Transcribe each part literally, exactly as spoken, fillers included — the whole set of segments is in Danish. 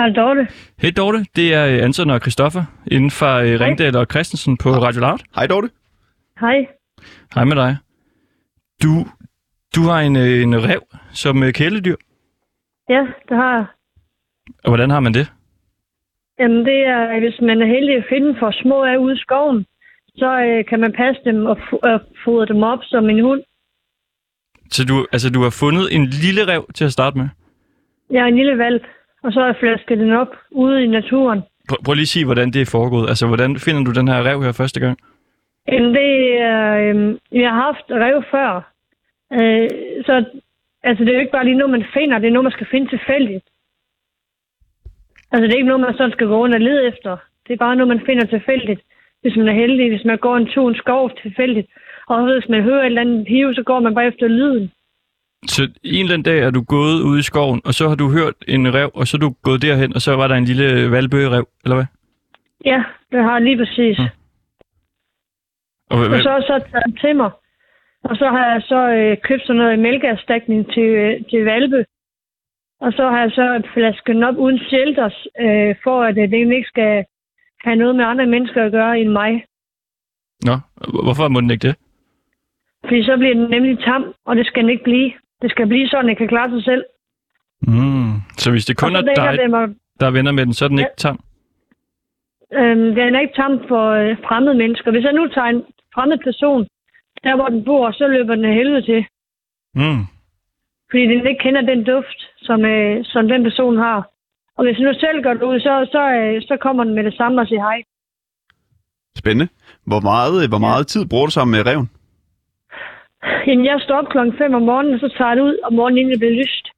Hej, Dorte. Hej Dorte, det er øh, Anton og Christoffer inden for øh, Ringdal og Christensen på Radio Loud. Hej Dorte. Hej. Hej med dig. Du, du har en, øh, en ræv som øh, kæledyr. Ja, det har jeg. Og hvordan har man det? Jamen, det er, hvis man er heldig at finde for små af ude i skoven, så øh, kan man passe dem og f- og fodre dem op som en hund. Så du, altså, du har fundet en lille ræv til at starte med? Jeg er en lille valp, og så har jeg flasket den op ude i naturen. Prøv, prøv lige at sige, hvordan det er foregået. Altså, hvordan finder du den her ræv her første gang? Jamen, det er... Øh, jeg har haft ræv før. Øh, så altså, det er jo ikke bare lige noget, man finder. Det er noget, man skal finde tilfældigt. Altså, det er ikke noget, man sådan skal gå rundt og lede efter. Det er bare noget, man finder tilfældigt, hvis man er heldig. Hvis man går en tur en skov tilfældigt. Og hvis man hører et eller andet hive, så går man bare efter lyden. Så en eller anden dag er du gået ud i skoven, og så har du hørt en ræv, og så er du gået derhen, og så var der en lille valperæv, eller hvad? Ja, det har jeg lige præcis. Hmm. Og, og så har jeg så taget til mig. Og så har jeg så øh, købt sådan noget mælkeerstatning til, øh, til valpe. Og så har jeg så flasket den op uden shelters, øh, for at øh, den ikke skal have noget med andre mennesker at gøre end mig. Nå, hvorfor må den ikke det? Fordi så bliver den nemlig tam, og det skal den ikke blive. Det skal blive sådan, at den kan klare sig selv. Mm. Så hvis det kun er dig, mig... der er venner med den, så er den ja. ikke tam? Øhm, den er ikke tam for øh, fremmede mennesker. Hvis jeg nu tager en fremmed person, der hvor den bor, så løber den af helvede til. Mm. Fordi den ikke kender den duft, som, øh, som den person har. Og hvis den nu selv går ud, så, så, øh, så kommer den med det samme og siger hej. Spændende. Hvor meget, hvor meget ja. tid bruger du sammen med ræven? Jamen, jeg står op klokken fem om morgenen, og så tager det ud om morgenen, inden det bliver lyst.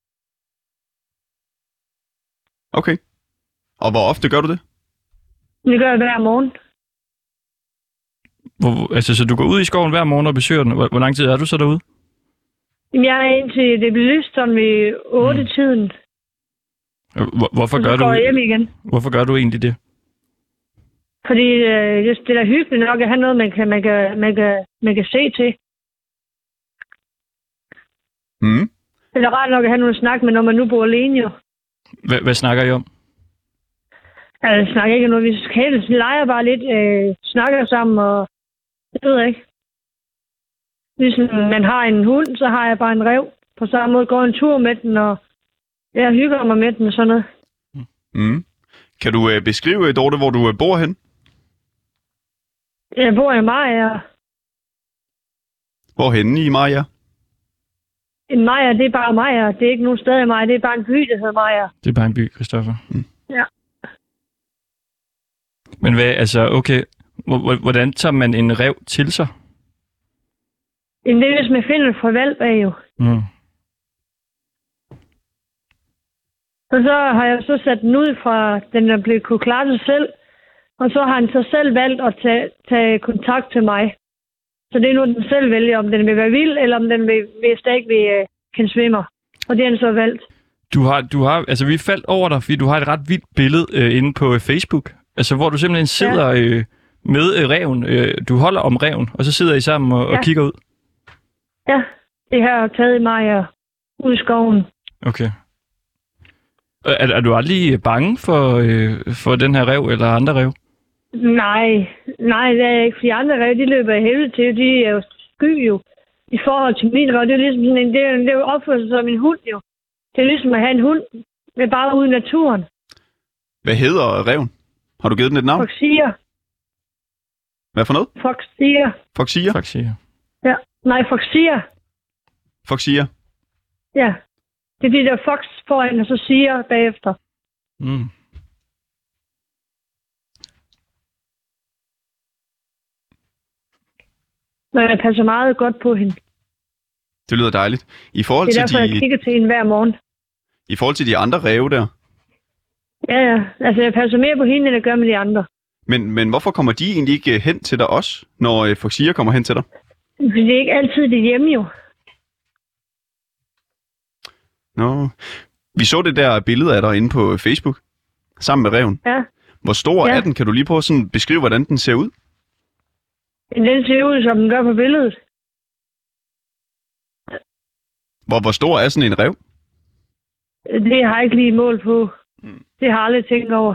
Okay. Og hvor ofte gør du det? Det gør jeg hver morgen. Hvor, altså, så du går ud i skoven hver morgen og besøger den. Hvor, hvor lang tid er du så derude? Jamen, jeg er indtil det bliver lyst sådan ved otte-tiden. Mm. Hvor, hvorfor, så gør går du, jeg hjem igen. Hvorfor gør du egentlig det? Fordi øh, det, det er da hyggeligt nok at have noget, man kan, man kan, man kan, man kan se til. Mm. Det er rart nok at have noget at snakke med, når man nu bor alene jo. H- hvad snakker I om? Altså, jeg snakker ikke om noget. Vi skal vi leger bare lidt, øh, snakker sammen, og det ved jeg ikke. Hvis man har en hund, så har jeg bare en ræv. På samme måde går en tur med den, og jeg hygger mig med den og sådan noget. Mm. Kan du øh, beskrive, Dorte, hvor du øh, bor hen? Jeg bor i Maja. Hvorhenne i Maja? En Maja, det er bare Maja. Det er ikke nogen sted i Maja. Det er bare en by, der hedder Maja. Det er bare en by, Christoffer. Mm. Ja. Men hvad, altså, okay. Hvordan tager man en ræv til sig? Det er, hvis man finder det fra valp af jo. Mm. Og så har jeg så sat den ud fra, den er blevet kunne klare sig selv. Og så har han så selv valgt at tage, tage kontakt til mig. Så det er nu, den selv vælger, om den vil være vild, eller om den vil, vil stadig vil, uh, kan svømme. Og det har den så valgt. Du har, du har, altså vi faldt over dig, fordi du har et ret vildt billede øh, inde på øh, Facebook. Altså hvor du simpelthen sidder ja. øh, med øh, ræven. Øh, du holder om ræven, og så sidder I sammen og, ja. og kigger ud. Ja, det har jeg taget mig og ud i skoven. Okay. Er, er du aldrig bange for, øh, for den her ræv eller andre ræv? Nej, nej, det er ikke. Fordi andre ræv, de løber i helvede til. De er jo sky jo. I forhold til min ræv, det er ligesom sådan en, det er, det er jo opførsel som en hund jo. Det er ligesom at have en hund, men bare ude i naturen. Hvad hedder ræven? Har du givet den et navn? Foxia. Hvad for noget? Foxia. Foxia? Foxia. Ja, nej, Foxia. Foxia? Ja. Det er de der fox foran, og så siger bagefter. Mm. Men jeg passer meget godt på hende. Det lyder dejligt. I forhold det er derfor, til de... jeg kigger til hende hver morgen. I forhold til de andre ræve der? Ja, ja. Altså, jeg passer mere på hende, end jeg gør med de andre. Men, men hvorfor kommer de egentlig ikke hen til dig også, når uh, Foxia kommer hen til dig? Fordi det er ikke altid det hjemme, jo. Nå. Vi så det der billede af dig inde på Facebook, sammen med ræven. Ja. Hvor stor ja. er den? Kan du lige prøve at beskrive, hvordan den ser ud? Den ser ud, som den gør på billedet. Hvor, hvor stor er sådan en ræv? Det har jeg ikke lige mål på. Mm. Det har jeg aldrig tænkt over.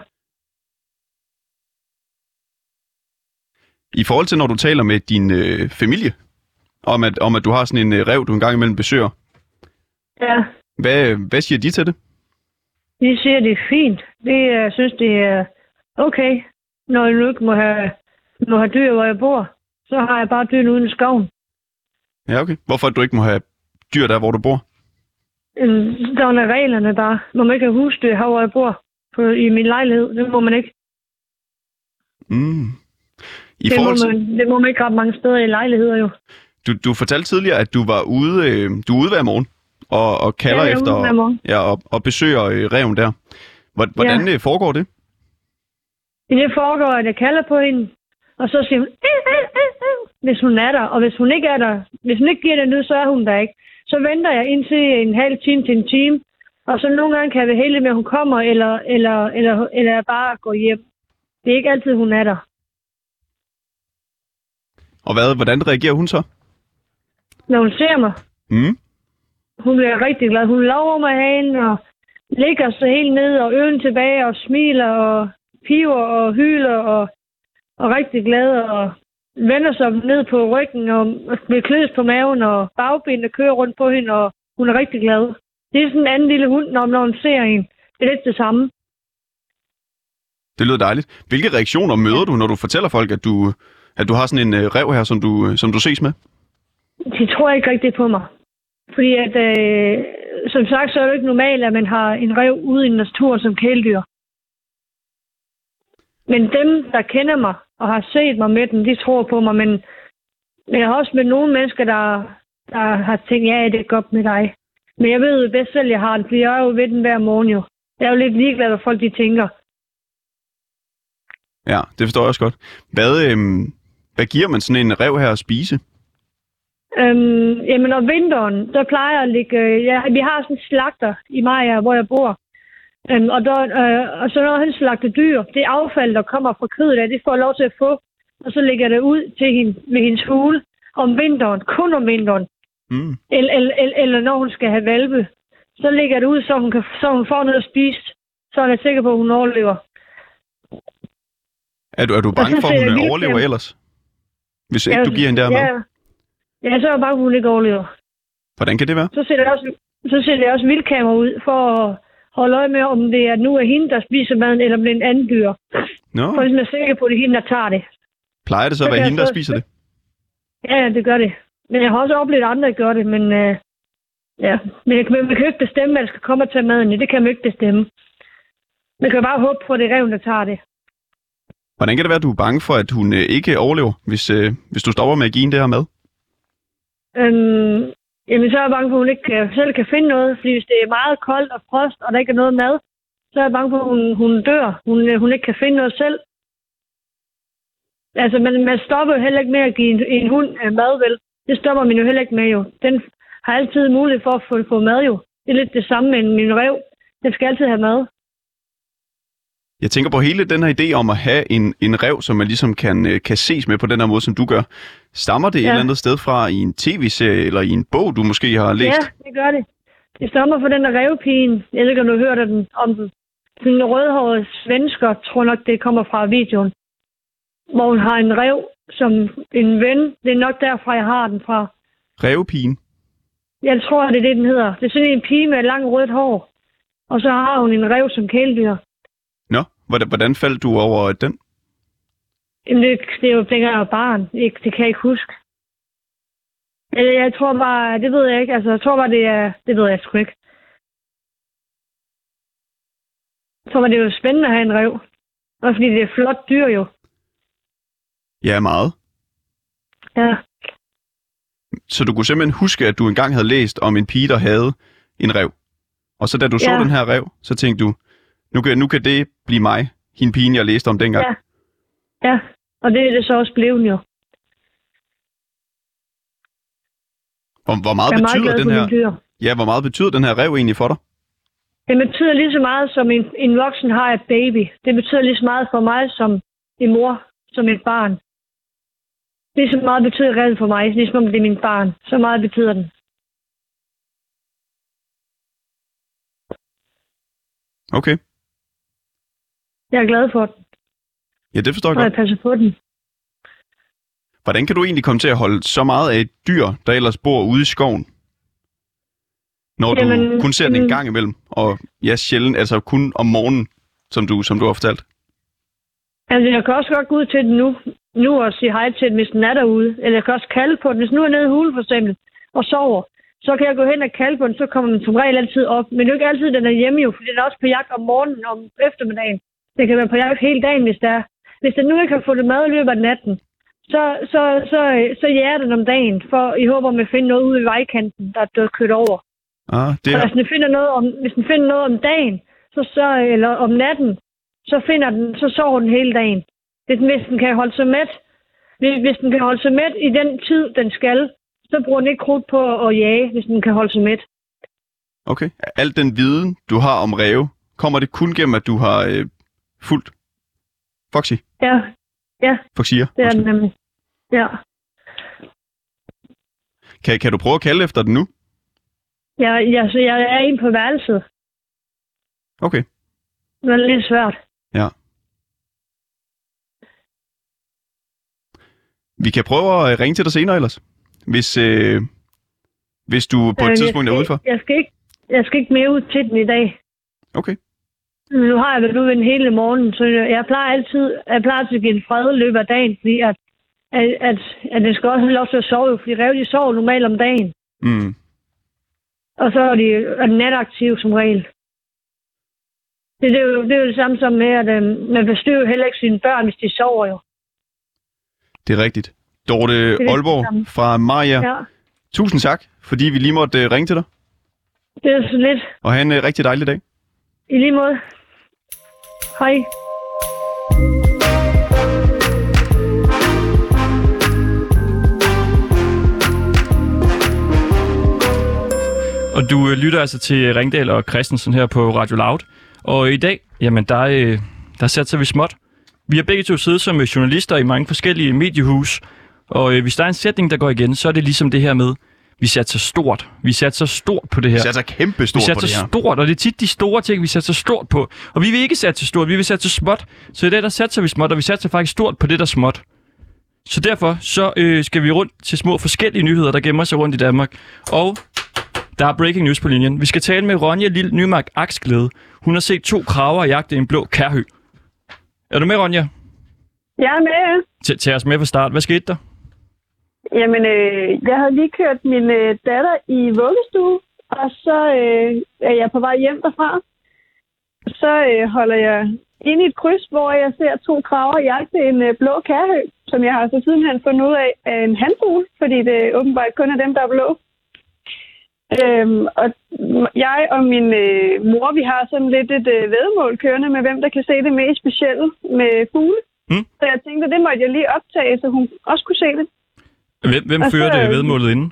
I forhold til, når du taler med din øh, familie, om at, om at du har sådan en øh, ræv, du engang imellem besøger. Ja. Hvad, hvad siger de til det? De siger, det er fint. Det, jeg synes, det er okay. Når jeg nu ikke må have, må have dyr, hvor jeg bor, så har jeg bare dyr uden i skoven. Ja, okay. Hvorfor du ikke må have dyr der, hvor du bor? Der er reglerne bare. Man må ikke have husdyr her, hvor jeg bor. På, i min lejlighed. Det må man ikke. Mm. I det, forhold til... må man, det må man ikke ret mange steder i lejligheder jo. Du, du fortalte tidligere, at du var ude, øh, du er ude hver morgen og, og kalder ja, efter og, ja, og, og besøger øh, ræven der. Hvordan ja. foregår det? Det foregår, at jeg kalder på hende, og så siger hun, øh, øh, øh, øh, hvis hun er der. Og hvis hun ikke er der, hvis hun ikke giver den lyd, så er hun der ikke. Så venter jeg indtil en halv time til en time. Og så nogle gange kan jeg være heldig med, at hun kommer, eller, eller, eller, eller bare går hjem. Det er ikke altid, hun er der. Og hvad, hvordan reagerer hun så? Når hun ser mig. Mm. Hun bliver rigtig glad. Hun lover mig herinde og ligger sig helt ned og øven tilbage og smiler og piver og hyler og, og rigtig glad og vender sig ned på ryggen og bliver kløs på maven og bagbenene kører rundt på hende, og hun er rigtig glad. Det er sådan en anden lille hund, når, når hun ser hende. Det er lidt det samme. Det lyder dejligt. Hvilke reaktioner møder du, når du fortæller folk, at du, at du har sådan en øh, ræv her, som du, som du ses med? De tror ikke rigtig på mig. Fordi at, øh, som sagt, så er det ikke normalt, at man har en ræv ude i naturen som kæledyr. Men dem, der kender mig og har set mig med den, de tror på mig. Men, men jeg har også med nogle mennesker, der, der har tænkt, ja, det er godt med dig. Men jeg ved jo bedst selv, jeg har den, fordi jeg er jo ved den hver morgen jo. Jeg er jo lidt ligeglad, hvad folk de tænker. Ja, det forstår jeg også godt. Hvad, øhm, hvad giver man sådan en ræv her at spise? Øhm, jamen om vinteren, der plejer jeg at ligge... Ja, vi har sådan en slagter i Maja, hvor jeg bor. Øhm, og, der, øh, og så når han slagter dyr, det affald, der kommer fra kødet af, det får jeg lov til at få. Og så lægger jeg det ud til hende ved hendes hule om vinteren, kun om vinteren. Mm. Eller, eller, eller når hun skal have valpe, så lægger jeg det ud, så hun, kan, så hun får noget at spise. Så er jeg sikker på, at hun overlever. Er du, er du bange for, at hun overlever ellers? Hvis ikke ja, du giver hende der ja. med? Ja, så er jeg bange for, at hun ikke overlever. Hvordan kan det være? Så sætter jeg også, så sætter jeg også vildkamera ud for at holde øje med, om det er nu er hende, der spiser maden, eller om det er en anden dyr. No. For hvis man er sikker på, at det er hende, der tager det. Plejer det så at være hende, der spiser det? Ja, det gør det. Men jeg har også oplevet, at andre gør det, men, øh, ja. men jeg, man kan jo ikke bestemme, at der skal komme og tage maden. Det kan man jo ikke bestemme. Man kan bare håbe på, at det er ræven, der tager det. Hvordan kan det være, at du er bange for, at hun øh, ikke overlever, hvis, øh, hvis du stopper med at give hende det her mad? Øhm, jamen, så er jeg bange for, at hun ikke øh, selv kan finde noget. Fordi hvis det er meget koldt og frost, og der ikke er noget mad, så er jeg bange for, at hun, hun dør. Hun, øh, hun ikke kan finde noget selv. Altså, man, man stopper jo heller ikke med at give en, en hund øh, mad, vel? Det stopper man jo heller ikke med, jo. Den har altid mulighed for at få, få mad, jo. Det er lidt det samme med en, en ræv. Den skal altid have mad. Jeg tænker på hele den her idé om at have en, en ræv, som man ligesom kan, kan ses med på den her måde, som du gør. Stammer det ja. et eller andet sted fra i en tv-serie eller i en bog, du måske har læst? Ja, det gør det. Det stammer fra den der rævepigen. Jeg ved ikke, om du har hørt den, om den. Den rødhårede svensker, tror nok, det kommer fra videoen. Hvor hun har en ræv som en ven. Det er nok derfra, jeg har den fra. Rævepigen? Jeg tror, det er det, den hedder. Det er sådan en pige med lang rødt hår. Og så har hun en ræv som kæledyr. Nå, hvordan faldt du over den? Jamen, det, det er jo dengang jeg var barn. Det, det kan jeg ikke huske. Jeg, jeg tror bare, det ved jeg ikke. Altså, jeg tror bare, det er... Det ved jeg sgu ikke. Jeg tror bare, det er jo spændende at have en ræv. Også fordi det er flot dyr jo. Ja, meget. Ja. Så du kunne simpelthen huske, at du engang havde læst om en pige, der havde en ræv. Og så da du ja. så den her ræv, så tænkte du, nu kan, nu kan det blive mig, hende pigen, jeg læste om dengang. Ja, ja. Og det er det så også blevet jo. Hvor, hvor meget betyder meget den her? Ja, hvor meget betyder den her ræv egentlig for dig? Det betyder lige så meget, som en, en voksen har et baby. Det betyder lige så meget for mig, som en mor, som et barn. Lige så meget betyder ræven for mig, ligesom om det er min barn. Så meget betyder den. Okay. Jeg er glad for den. Ja, det forstår jeg og godt. jeg passer på den. Hvordan kan du egentlig komme til at holde så meget af et dyr, der ellers bor ude i skoven? Når Jamen, du kun ser den en jamen, gang imellem, og ja, sjældent, altså kun om morgenen, som du, som du har fortalt. Altså, jeg kan også godt gå ud til den nu, nu og sige hej til den, hvis den er derude. Eller jeg kan også kalde på den. Hvis nu er nede i hulen for eksempel og sover, så kan jeg gå hen og kalde på den, så kommer den som regel altid op. Men det er jo ikke altid, den er hjemme jo, fordi den er også på jagt om morgenen og om eftermiddagen. Det kan være på jagt hele dagen, hvis det er. Hvis den nu ikke har fået mad i løbet af natten, så, så, så, så jager den om dagen, for i håber om at finde noget ude i vejkanten, der er dødt kørt over. Ah, det Og er... hvis den finder noget om, hvis den finder noget om dagen, så, så, eller om natten, så finder den, så sover den hele dagen. Hvis den, hvis den kan holde sig mæt, hvis, hvis den kan holde sig mæt i den tid, den skal, så bruger den ikke krudt på at jage, hvis den kan holde sig mæt. Okay. Al den viden, du har om ræve, kommer det kun gennem, at du har øh, fulgt Foxy? Ja, ja, Foxy'er? det er den nemlig. Ja. Kan, kan du prøve at kalde efter den nu? Jeg, jeg, så jeg er inde på værelset. Okay. Det er lidt svært. Ja. Vi kan prøve at ringe til dig senere ellers, hvis, øh, hvis du på et Øh, tidspunkt jeg er skal, udenfor. jeg skal, ikke, jeg skal ikke mere ud til den i dag. Okay. Men nu har jeg været ude den hele morgen, så jeg, jeg plejer altid jeg plejer altid at give en fred i løbet af dagen, fordi at, at, at, at den skal også have lov til at sove, fordi ræve, de sover normalt om dagen. Mm. Og så er de er de nataktive som regel. Det, det, er jo, det er jo det samme som med, at øh, man forstyrrer jo heller ikke sine børn, hvis de sover jo. Det er rigtigt. Dorte det Aalborg fra Maja. Ja, Tusind tak, fordi vi lige måtte uh, ringe til dig. det er så lidt. Og have en uh, rigtig dejlig dag. I lige måde. Hej. Og du øh, lytter altså til Ringdal og Christensen her på Radio Loud. Og i dag, jamen der, øh, der satser vi småt. Vi har begge to siddet som journalister i mange forskellige mediehus. Og øh, hvis der er en sætning, der går igen, så er det ligesom det her med, vi satser stort. Vi satser stort på det her. Vi satser kæmpe stort vi på det her. satser stort, og det er tit de store ting, vi satser stort på. Og vi vil ikke satse stort, vi vil satse småt. Så i dag, der satser vi småt, og vi satser faktisk stort på det, der er småt. Så derfor så øh, skal vi rundt til små forskellige nyheder, der gemmer sig rundt i Danmark. Og der er breaking news på linjen. Vi skal tale med Ronja Lille Nymark Aksglæde. Hun har set to kraver jagte en blå kærhø. Er du med, Ronja? Jeg er med. T- Tag os med fra start. Hvad skete der? Jamen, øh, jeg havde lige kørt min øh, datter i vuggestue, og så øh, er jeg på vej hjem derfra. Så øh, holder jeg ind i et kryds, hvor jeg ser to kraver jagte en øh, blå kærhø, som jeg har så sidenhen fundet ud af er en hanfugl, fordi det åbenbart kun er dem, der er blå. Øhm, og jeg og min øh, mor, vi har sådan lidt et øh, væddemål kørende med, hvem der kan se det mest specielle med fugle. Mm. Så jeg tænkte, det måtte jeg lige optage, så hun også kunne se det. Hvem, hvem Og fører så, det øh, vedmålet inden?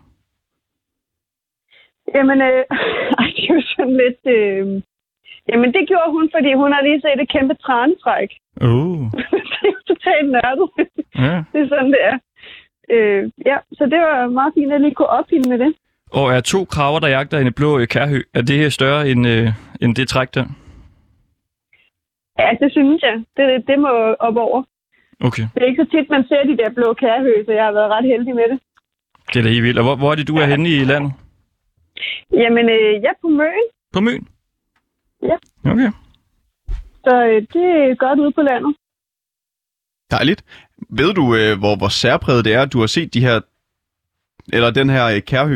Jamen, øh, ej, det er jo sådan lidt... Øh, jamen, det gjorde hun, fordi hun har lige set et kæmpe tranetræk. Oh. Det er jo totalt nørdet. Ja. Det er sådan, det er. Øh, ja, så det var meget fint, at jeg lige kunne opfinde med det. Og er to kraver, der jagter en blå øh, kærhø, er det her større end, øh, end det træk der? Ja, det synes jeg. Det, det må op over. Okay. Det er ikke så tit, man ser de der blå kærhø, så jeg har været ret heldig med det. Det er da helt vildt. Og hvor, hvor er det, du er henne i landet? Jamen, øh, jeg er på Møn. På Møn? Ja. Okay. Så øh, det er godt ude på landet. Dejligt. Ved du, øh, hvor, hvor særpræget det er, at du har set de her, eller den her øh, kærhø?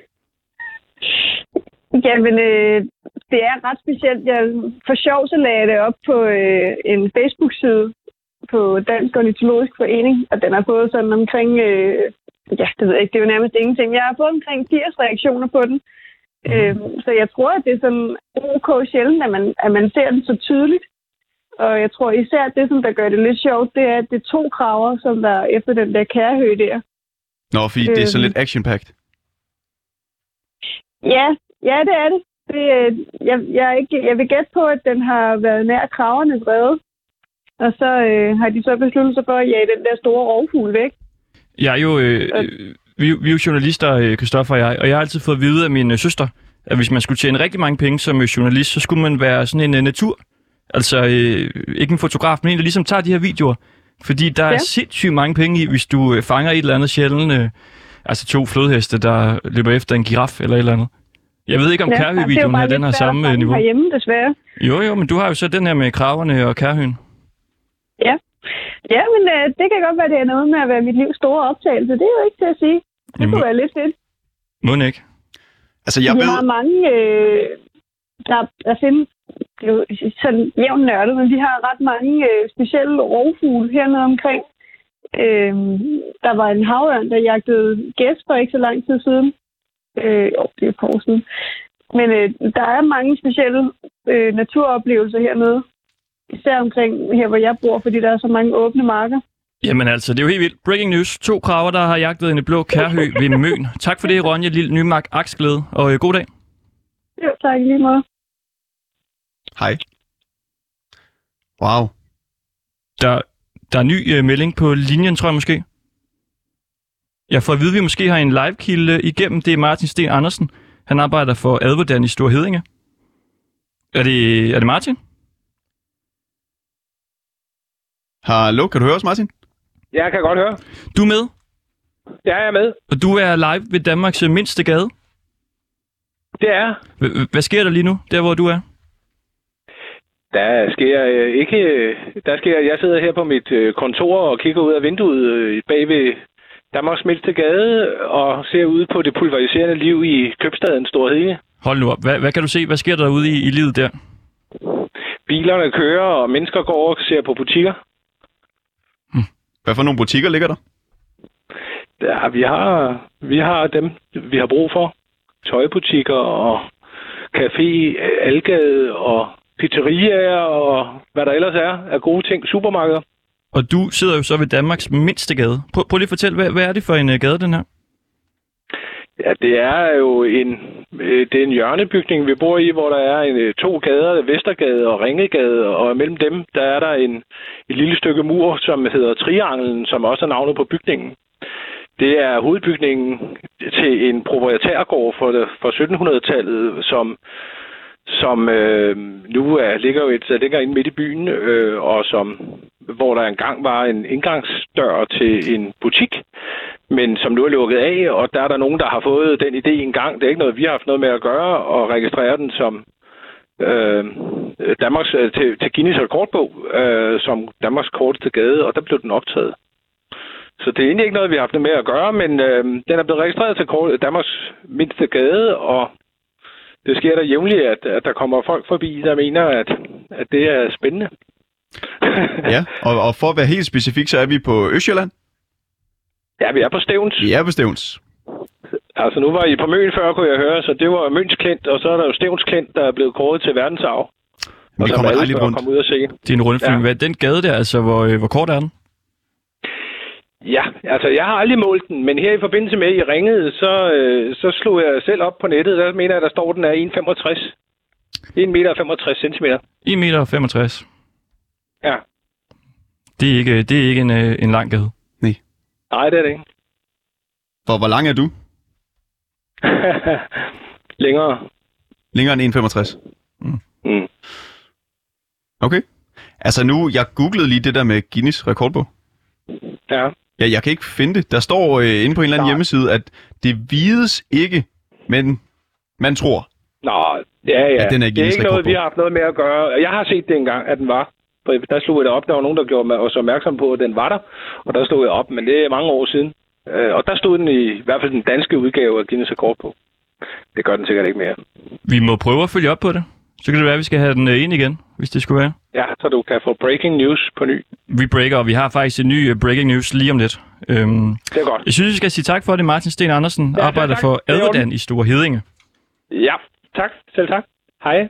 Jamen, øh, det er ret specielt. Jeg, for sjov, så lagde jeg det op på øh, en Facebook-side på Dansk Ornitologisk Forening, og den har fået sådan omkring, øh, ja, det ved jeg ikke, det er jo nærmest ingenting. Jeg har fået omkring firs reaktioner på den. Mm. Øh, så jeg tror, at det er sådan ok sjældent, at man, at man ser den så tydeligt. Og jeg tror især, at det, som der gør det lidt sjovt, det er, at det er to kraver, som der er efter den der kærhø der. Nå, fordi øh, det er så lidt action-packed. Ja, ja, det er det. det jeg, jeg, er ikke, jeg vil gætte på, at den har været nær kravernes rede. Og så øh, har de så besluttet sig for at jage den der store rovfugl væk. Jeg er jo, øh, øh, vi, vi er jo journalister, Christoffer og jeg, og jeg har altid fået at vide af min øh, søster, at hvis man skulle tjene rigtig mange penge som øh, journalist, så skulle man være sådan en øh, natur, Altså, øh, ikke en fotograf, men en, der ligesom tager de her videoer. Fordi der ja. er sindssygt mange penge i, hvis du øh, fanger et eller andet sjældent, øh, altså to flodheste, der løber efter en giraf eller et eller andet. Jeg ved ikke, om ja, Kærhø-videoen her, den har samme niveau. Herhjemme, desværre. Jo, jo, men du har jo så den her med kraverne og Kærhøen. Ja, ja men øh, det kan godt være, det er noget med at være mit livs store optagelse. Det er jo ikke til at sige. Det Jamen, kunne være lidt fedt. Må ikke? Altså, jeg Vi ved... har mange... Øh, der, der findes... Det er jo sådan jævnt nørdet, men vi har ret mange øh, specielle rovfugle hernede omkring. Øh, der var en havørn, der jagtede gæs for ikke så lang tid siden. Øh, jo, det er et par år siden. Men øh, der er mange specielle øh, naturoplevelser hernede. Især omkring her, hvor jeg bor, fordi der er så mange åbne marker. Jamen altså, det er jo helt vildt. Breaking news. To kraver, der har jagtet en blå Kærhø ved Møn. Tak for det, Ronja Lille Nymark Aksglæde, og øh, god dag. Jo, tak lige meget. Hej. Wow. Der, der er en ny øh, melding på linjen, tror jeg måske. Jeg får at vide, at vi måske har en live-kilde igennem. Det er Martin Sten Andersen. Han arbejder for Advodan i Store Heddinge. Er det, er det Martin? Hallo, kan du høre os, Martin? Ja, jeg kan godt høre. Du er med? Ja, jeg er med. Og du er live ved Danmarks mindste gade? Det er. H- hvad sker der lige nu, der hvor du er? Der sker øh, ikke... Der sker... Jeg sidder her på mit øh, kontor og kigger ud af vinduet øh, bag ved Danmarks mindste gade og ser ud på det pulveriserende liv i købstaden Store Heddinge. Hold nu op. Hvad, hvad kan du se? Hvad sker der ude i, i livet der? Bilerne kører, og mennesker går og ser på butikker. Hvad for nogle butikker ligger der? Ja, vi har, vi har dem, vi har brug for. Tøjbutikker og café, Algade og pizzeriaer og hvad der ellers er af gode ting. Supermarkeder. Og du sidder jo så ved Danmarks mindste gade. Prøv, prøv lige at fortælle, hvad, hvad er det for en uh, gade, den her? Ja, det er jo en, det er en hjørnebygning, vi bor i, hvor der er en, to gader, Vestergade og Ringegade, og mellem dem, der er der en, et lille stykke mur, som hedder Trianglen, som også er navnet på bygningen. Det er hovedbygningen til en proprietærgård for, for syttenhundredetallet, som, som øh, nu er, ligger jo et, ligger inde midt i byen, øh, og som, hvor der engang var en indgangsdør til en butik, men som nu er lukket af, og der er der nogen, der har fået den idé engang. Det er ikke noget, vi har haft noget med at gøre, og registrere den som øh, Danmarks, til, til Guinness rekordbog, øh, som Danmarks korteste gade, og der blev den optaget. Så det er egentlig ikke noget, vi har haft med at gøre, men øh, den er blevet registreret til kort, Danmarks mindste gade, og det sker der jævnligt, at, at der kommer folk forbi, der mener, at, at det er spændende. Ja, og, og for at være helt specifik, så er vi på Østjylland. Ja, vi er på Stevns. Vi er på Stevns. Altså, nu var I på Møn før, kunne jeg høre, så det var Møns Klint, og så er der jo Stevns Klint, der er blevet kåret til verdensarv. Vi kommer aldrig rundt. Komme ud og se. Det er en rundflyvning. Ja. Hvad er den gade der, altså, hvor, hvor kort er den? Ja, altså, jeg har aldrig målt den, men her i forbindelse med, I ringede, så, øh, så slog jeg selv op på nettet, der mener jeg, der står, den er en komma femogtres. en meter femogtres centimeter. en meter femogtres. Ja. Det er ikke, det er ikke en, en lang gade. Nej. Nej, det er det ikke. For hvor lang er du? Længere. Længere end en komma femogtres? Mm. Mm. Okay. Altså nu, jeg googlede lige det der med Guinness rekordbog. Ja. Ja, jeg kan ikke finde det. Der står øh, inde på en eller anden Nej. hjemmeside, at det vides ikke, men man tror. Nå, ja, ja. At den er det er ikke noget, vi har haft noget med at gøre. Jeg har set det engang, at den var. Der slog jeg det op. Der var nogen, der gjorde os opmærksom på, at den var der. Og der stod jeg op, men det er mange år siden. Og der stod den i, i hvert fald den danske udgave af Guinness rekord på. Det gør den sikkert ikke mere. Vi må prøve at følge op på det. Så kan det være, at vi skal have den ind igen, hvis det skulle være. Ja, så du kan få breaking news på ny. Vi breaker, og vi har faktisk en ny breaking news lige om lidt. Øhm, det er godt. Jeg synes, vi skal sige tak for det. Martin Sten Andersen ja, arbejder for Advodan i Store Heddinge. Ja, tak. Selv tak. Hej.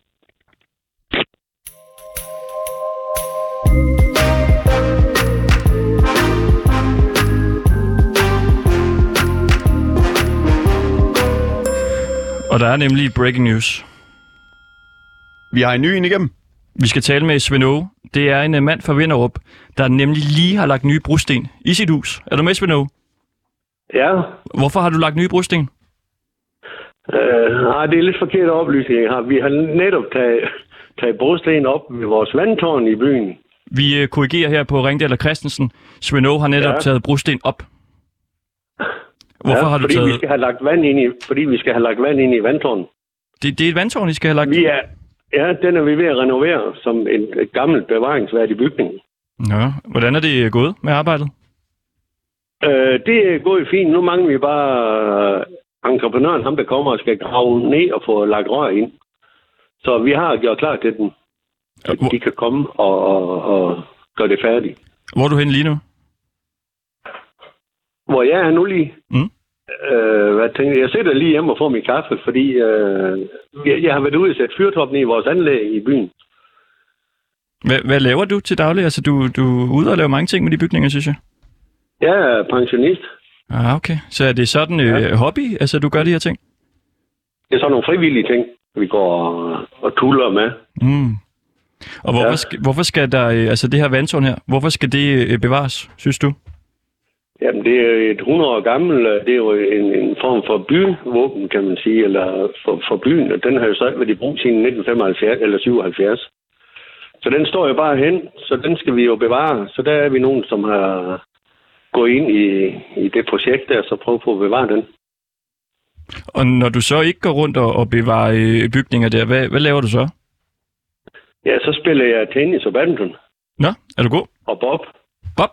Og der er nemlig breaking news. Vi har en ny en igennem. Vi skal tale med Svend Åge. Det er en mand fra Vinderup, der nemlig lige har lagt nye brosten i sit hus. Er du med, Svend Åge? Ja. Hvorfor har du lagt nye brosten? Uh, nej, det er lidt forkert oplysning, jeg har. Vi har netop taget tage brosten op ved vores vandtårn i byen. Vi øh, korrigerer her på Ringdal og Christensen. Svend Aage har netop ja. taget brosten op. Hvorfor ja, har du fordi taget... vi skal have lagt vand ind i, fordi vi skal have lagt vand ind i vandtårnet. Det, det er et vandtårn, I skal have lagt? Vi er, ja, den er vi ved at renovere som en, et gammelt bevaringsværdig bygning. Nå, hvordan er det gået med arbejdet? Øh, det er gået fint. Nu mangler vi bare øh, entreprenøren, ham der kommer og skal grave ned og få lagt rør ind. Så vi har gjort klar til den, at Hvor... de kan komme og, og, og gøre det færdigt. Hvor er du henne lige nu? Hvor jeg er nu lige? Mm. Øh, hvad tænker jeg? Jeg sidder lige hjemme og får min kaffe, fordi øh, jeg, jeg har været ude og sætte fyrtoppen i vores anlæg i byen. Hvad, hvad laver du til daglig? Altså, du, du er ude og laver mange ting med de bygninger, synes jeg. Jeg er pensionist. Ah, okay. Så er det sådan en øh, ja. hobby, altså du gør de her ting? Det er sådan nogle frivillige ting, vi går og, og tuller med. Mm. Og hvorfor, ja. skal, hvorfor skal der, øh, altså det her vandtårn her, hvorfor skal det øh, bevares, synes du? Jamen, det er et hundrede år gammel, det er jo en, en form for byvåben, kan man sige, eller for, for byen, og den har jo så været i brug siden nitten femoghalvfjerds eller syvoghalvfjerds. Så den står jo bare hen, så den skal vi jo bevare. Så der er vi nogen, som har gået ind i, i det projekt der, så prøve på at bevare den. Og når du så ikke går rundt og, og bevarer øh, bygninger der, hvad, hvad laver du så? Ja, så spiller jeg tennis og badminton. Nå, er du god? Og bob. Bob?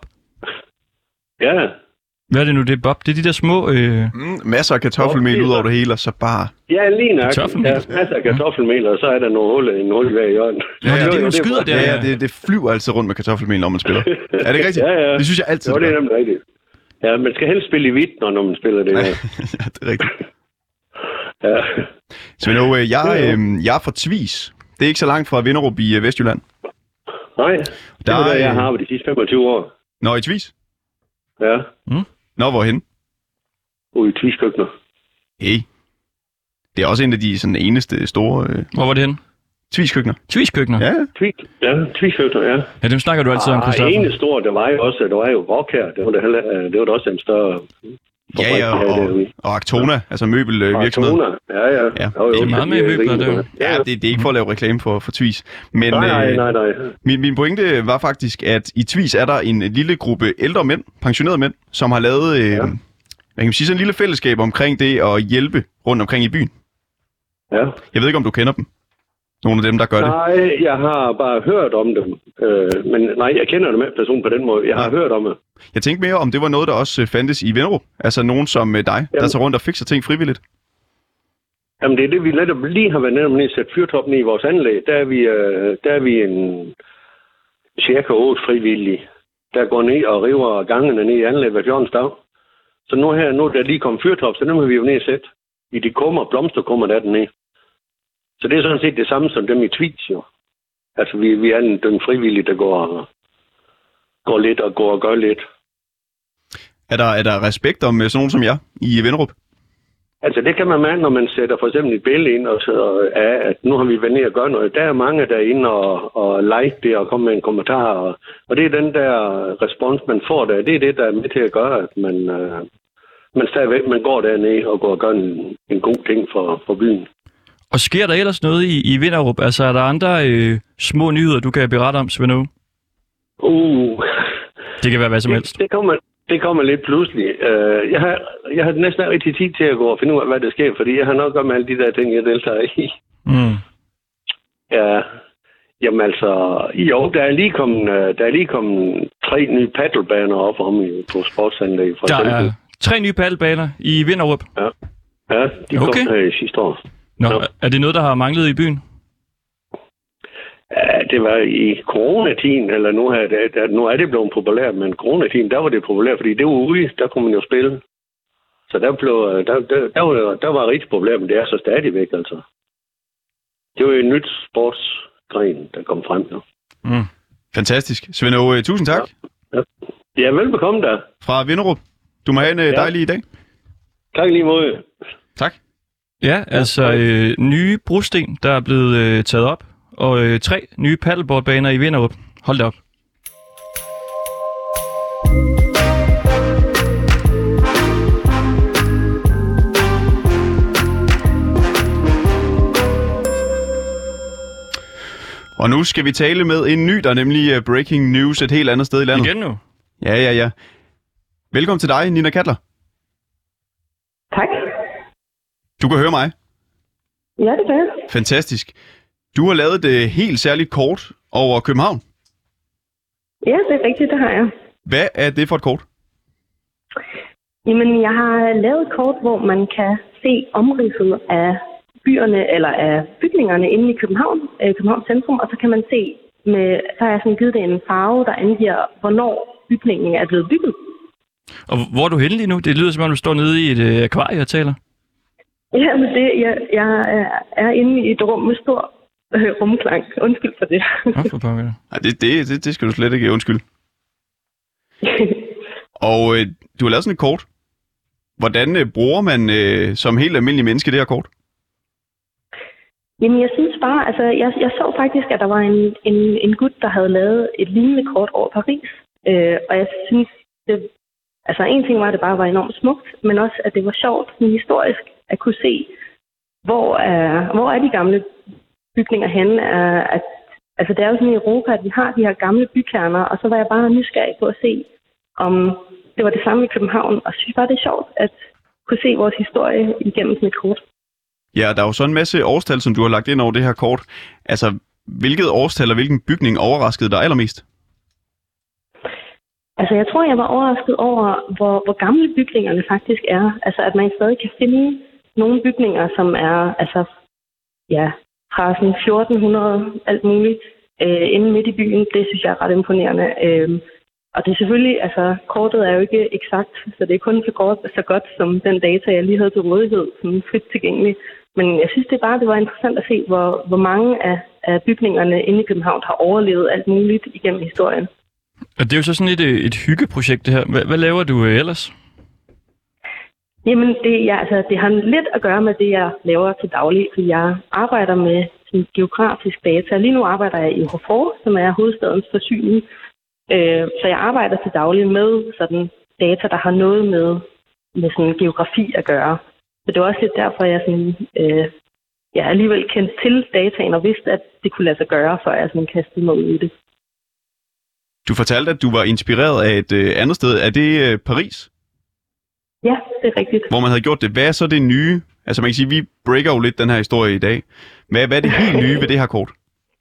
Ja. Hvad er det nu, det er bob? Det er de der små... Øh... Mm, masser af kartoffelmel bob, ud over det hele, og så bare... Ja, lige nok. Kartoffelmel? Ja, masser af kartoffelmel, og så er der nogle huller, en hul hver i hjørnet. Ja, ja, det er nogle skyder der. Ja, ja det, det flyver altid rundt med kartoffelmel, når man spiller. Er det ikke rigtigt? Ja, ja. Det synes jeg altid. Jo, det er nemlig rigtigt. Ja, man skal helst spille i hvidt, når, når man spiller det. Ja, ja, det er rigtigt. Ja. Svend Aage, jeg, øh, jeg er fra Tvis. Det er ikke så langt fra Vinderup i øh, Vestjylland. Nej, det der er der, jeg øh... har de sidste femogtyve år. Nå, i Tvis? Ja. Mm. Nå, hvorhen? Ude i Tvis-køkkener. Hey. Det er også en af de sådan, eneste store... Øh... Hvor var det henne? Tvis-køkkener. Tvis-køkkener? Ja, Tvis, ja, Tvis-køkkener, ja. Ja, dem snakker du altid ah, om, Christoffer. En stor, der var jo også, der var jo Rock her. Det var, det, heller, det var da også en større... Ja, ja, og, og Actona, altså møbelvirksomhed. Actona, ja, ja. ja. Jo, jo, det er meget med møbler, det jo. Ja, det, det er ikke for at lave reklame for, for Tvis. Men nej, nej, nej. Øh, min, min pointe var faktisk, at i Tvis er der en lille gruppe ældre mænd, pensionerede mænd, som har lavet øh, ja. man kan sige, sådan en lille fællesskab omkring det at hjælpe rundt omkring i byen. Ja. Jeg ved ikke, om du kender dem. Nogle af dem, der gør nej, det. Nej, jeg har bare hørt om dem. Øh, men nej, jeg kender dem ikke person på den måde. Jeg har ja. hørt om det. Jeg tænkte mere, om det var noget, der også fandtes i Vinderup. Altså nogen som dig, Jamen. der tager rundt og fikser ting frivilligt. Jamen, det er det, vi netop lige har været netop lige sat fyrtoppen i vores anlæg. Der er vi, øh, der er vi en cirka otte frivillige, der går ned og river gangene ned i anlæg hver fjortens dag. Så nu her, nu der lige kom fyrtop, så nu har vi jo ned og sætte i de kummer, blomsterkummer, der er den ned. Så det er sådan set det samme som dem i Tvis, jo. Altså, vi, vi er en, den frivillige, der går, går lidt og går og gør lidt. Er der, er der respekt om sådan nogen som jer i Vinderup? Altså, det kan man mærke, når man sætter for eksempel et billede ind og så af, at nu har vi været ned og gøre noget. Der er mange, der er inde og, og like det og kommer med en kommentar. Og, og det er den der respons, man får der. Det er det, der er med til at gøre, at man, øh, man stadigvæk man går dernede og går og gør en, en god ting for, for byen. Og sker der ellers noget i, i Vinderup? Altså, er der andre øh, små nyheder, du kan berette om, Svend Aage? Uh. Det kan være hvad som det, helst. Det kommer, det kommer lidt pludselig. Uh, jeg, har, jeg har næsten rigtig tid til at gå og finde ud af, hvad der sker, fordi jeg har nok gør med alle de der ting, jeg deltager i. Mm. Ja, jamen altså, jo, der er lige kommet, der er lige kommet tre nye paddlebaner op om i, på sportsanlæg. For der eksempel. er tre nye paddlebaner i Vinderup? Ja, ja de kom okay. her i sidste år. Nå, ja. Er det noget, der har manglet i byen? Ja, det var i coronatiden, eller nu, her, der, nu er det blevet populært, men coronatiden, der var det populært, fordi det var ude, der kunne man jo spille. Så der, blev, der, der, der, var, der var rigtig problem, men det er så stadigvæk, altså. Det var jo en nyt sportsgren, der kom frem nu. Mm. Fantastisk. Svend Aage, tusind tak. Ja, ja. Ja, velbekomme der. Fra Vinderup. Du må have en ja. dejlig dag. Tak lige måde. Tak. Ja, altså øh, nye brosten, der er blevet øh, taget op, og øh, tre nye paddleboardbaner i Vinderup. Hold da op. Og nu skal vi tale med en ny, der er nemlig uh, breaking news et helt andet sted i landet. Igen nu? Ja, ja, ja. Velkommen til dig, Nina Kattler. Tak. Du kan høre mig. Ja, det kan jeg. Fantastisk. Du har lavet et uh, helt særligt kort over København. Ja, det er rigtigt, det har jeg. Hvad er det for et kort? Jamen, jeg har lavet et kort, hvor man kan se omridset af byerne, eller af bygningerne inde i København, øh, Københavns centrum, og så kan man se, med, så har jeg sådan givet det en farve, der angiver, hvornår bygningen er blevet bygget. Og hvor er du henne lige nu? Det lyder som om, du står nede i et øh, akvarie og taler. Ja, men det, jeg, jeg er inde i et rum med stor øh, rumklang. Undskyld for det. Nå, for pokker. Nej, det, det, det, det skal du slet ikke undskyld. Og øh, du har lavet sådan et kort. Hvordan øh, bruger man øh, som helt almindelig menneske det her kort? Jamen, jeg synes bare, altså, jeg, jeg så faktisk, at der var en, en, en gut, der havde lavet et lignende kort over Paris. Øh, og jeg synes, det, altså en ting var, at det bare var enormt smukt, men også, at det var sjovt, sådan historisk, at kunne se, hvor er, hvor er de gamle bygninger henne. At, altså, det er jo sådan i Europa, at vi har de her gamle bykerner, og så var jeg bare nysgerrig på at se, om det var det samme i København, og jeg synes bare, det er sjovt at kunne se vores historie igennem sådan et kort. Ja, der er jo så en masse årstal, som du har lagt ind over det her kort. Altså, hvilket årstal og hvilken bygning overraskede dig allermest? Altså, jeg tror, jeg var overrasket over, hvor, hvor gamle bygningerne faktisk er. Altså, at man stadig kan finde nogle bygninger, som er, altså, ja, fra sådan fjorten hundrede, alt muligt, øh, inde midt i byen. Det synes jeg er ret imponerende. Øh, og det er selvfølgelig, altså, kortet er jo ikke eksakt, så det er kun så godt, så godt som den data, jeg lige havde til rådighed, som frit tilgængelig. Men jeg synes det bare, det var interessant at se, hvor, hvor mange af, af bygningerne inde i København har overlevet alt muligt igennem historien. Og det er jo så sådan et, et hyggeprojekt, det her. Hvad, hvad laver du ellers? Jamen, det, ja, altså, det har lidt at gøre med det, jeg laver til daglig. For jeg arbejder med sådan, geografisk data. Lige nu arbejder jeg i Hofor, som er hovedstadens forsyning. Øh, så jeg arbejder til daglig med sådan, data, der har noget med, med sådan, geografi at gøre. Så det var også lidt derfor, jeg sådan, øh, jeg alligevel kendte til dataen og vidste, at det kunne lade sig gøre, før jeg sådan kastede mig ud i det. Du fortalte, at du var inspireret af et øh, andet sted. Er det øh, Paris? Ja, det er rigtigt. Hvor man havde gjort det. Hvad er så det nye? Altså man kan sige, vi breaker jo lidt den her historie i dag. Hvad, hvad er det helt nye ved det her kort?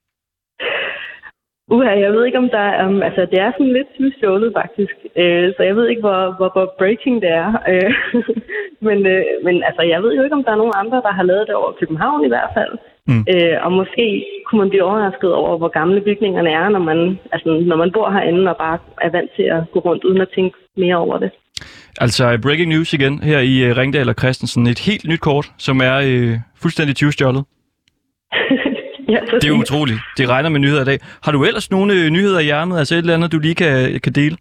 Uha, jeg ved ikke, om der er... Um, altså, det er sådan lidt tyvstjålet, faktisk. Uh, så jeg ved ikke, hvor, hvor, hvor breaking det er. Uh, men uh, men altså, jeg ved jo ikke, om der er nogen andre, der har lavet det over København i hvert fald. Mm. Uh, og måske kunne man blive overrasket over, hvor gamle bygningerne er, når man, altså, når man bor herinde og bare er vant til at gå rundt, uden at tænke mere over det. Altså, breaking news igen her i uh, Ringdal og Christensen. Et helt nyt kort, som er uh, fuldstændig tyvstjålet. Ja, det er utroligt. Det regner med nyheder i dag. Har du ellers nogle øh, nyheder i hjernet? Altså et eller andet, du lige kan, kan dele?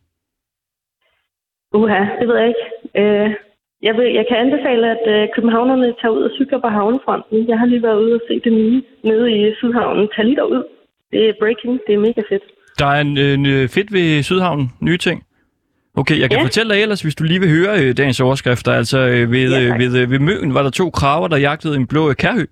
Uha, det ved jeg ikke. Uh, jeg, vil, jeg kan anbefale, at uh, københavnerne tager ud og cykler på havnefronten. Jeg har lige været ude og se det nye nede i Sydhavnen. Tag lige derud. Det er breaking. Det er mega fedt. Der er en, en fedt ved Sydhavnen. Nye ting. Okay, jeg kan ja. fortælle dig ellers, hvis du lige vil høre øh, dagens overskrifter. Altså øh, ved, ja, øh, ved, øh, ved Møn var der to kraver, der jagtede en blå kærhø.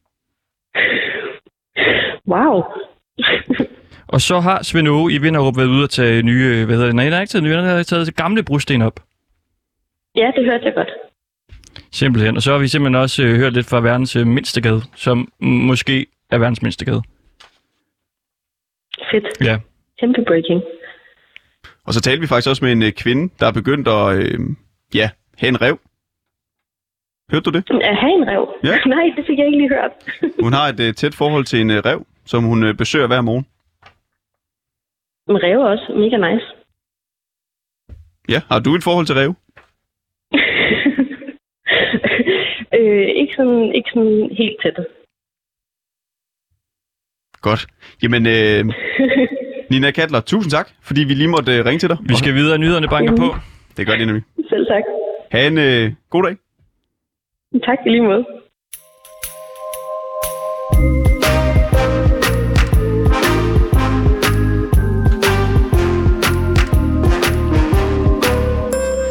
Wow. Og så har Svend Åge i Vinderup været ude og tage nye, hvad hedder det? Nej, der er ikke taget nye, der har taget gamle brosten op. Ja, det hørte jeg godt. Simpelthen. Og så har vi simpelthen også øh, hørt lidt fra verdens øh, mindste gade, som måske er verdens mindste gade. Fedt. Ja. Kæmpe breaking. Og så talte vi faktisk også med en øh, kvinde, der er begyndt at øh, ja, have en rev. Hørte du det? At have en rev? Ja. Nej, det fik jeg ikke lige hørt. Hun har et uh, tæt forhold til en uh, rev, som hun uh, besøger hver morgen. En rev er også mega nice. Ja, har du et forhold til rev? øh, ikke, sådan, ikke sådan helt tæt. Godt. Jamen, øh, Nina Kattler, tusind tak, fordi vi lige måtte uh, ringe til dig. Vi skal videre, nyhederne banker mm. på. Det gør det nemlig. Selv tak. Ha' en uh, god dag. Tak i lige måde.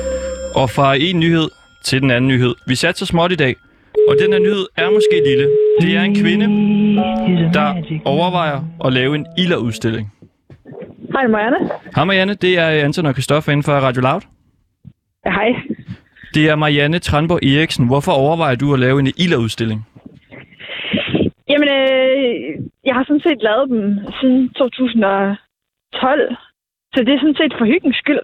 Og fra en nyhed til den anden nyhed. Vi satte så småt i dag, og den her nyhed er måske lille, Det er en kvinde, der overvejer at lave en ilderudstilling. Hej, Marianne. Hej Marianne, det er Anton og Christoffer inden for Radio Loud. Ja, hej. Det er Marianne Tranborg Eriksen. Hvorfor overvejer du at lave en ilderudstilling? Jamen, øh, jeg har sådan set lavet dem siden to tusind og tolv. Så det er sådan set for hyggens skyld.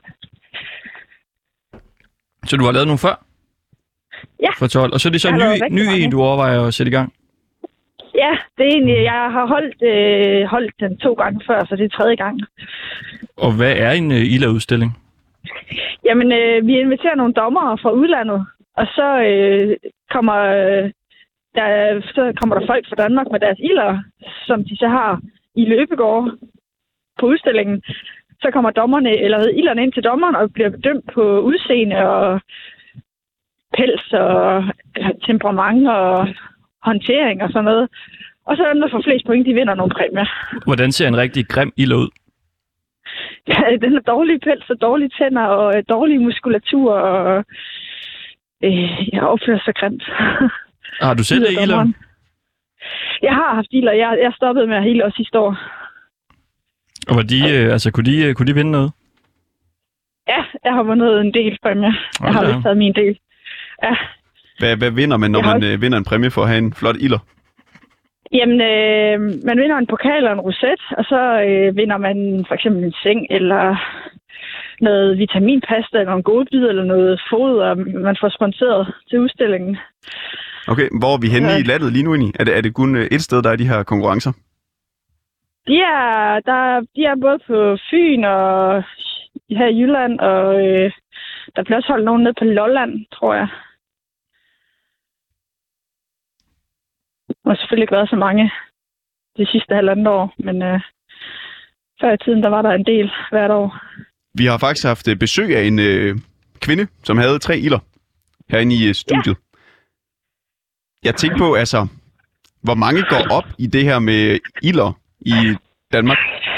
Så du har lavet nogle før? Ja. For tolv. Og så er det så en ny, ny en, du overvejer at sætte i gang? Ja, det er egentlig, jeg har holdt, øh, holdt den to gange før, så det er tredje gang. Og hvad er en uh, ilderudstilling? Jamen, øh, vi inviterer nogle dommere fra udlandet, og så, øh, kommer, øh, der, så kommer der folk fra Danmark med deres ilder, som de så har i løbegårde på udstillingen. Så kommer dommerne, eller ilderne ind til dommeren og bliver bedømt på udseende og pels og temperament og håndtering og sådan noget. Og så dem, der får flest point, de vinder nogle præmier. Hvordan ser en rigtig grim ilder ud? Ja, den har dårlige pels og dårlige tænder og øh, dårlig muskulatur og øh, jeg opfører sig grimt. Har du selv ilder? Jeg har haft ilder. Jeg, jeg stoppede med at hele år sidste år. Og var de, øh, altså, kunne, de, kunne de vinde noget? Ja, jeg har vundet en del præmier. Jeg okay. har vist taget min del. Ja. Hvad, hvad vinder man, når man også... øh, vinder en præmie for at have en flot ilder? Jamen, øh, man vinder en pokal og en roset, og så øh, vinder man for eksempel en seng, eller noget vitaminpasta, eller en godbid, eller noget foder, man får sponsoreret til udstillingen. Okay, hvor er vi henne ja. i landet lige nu egentlig? Er det, er det kun et sted, der er de her konkurrencer? De er, der, de er både på Fyn og her i Jylland, og øh, der bliver også holdt nogen nede på Lolland, tror jeg. Der har selvfølgelig ikke været så mange de sidste halvandet år, men øh, før i tiden, der var der en del hvert år. Vi har faktisk haft besøg af en øh, kvinde, som havde tre ilder herinde i studiet. Ja. Jeg tænkte på, altså, hvor mange går op i det her med ilder i Danmark?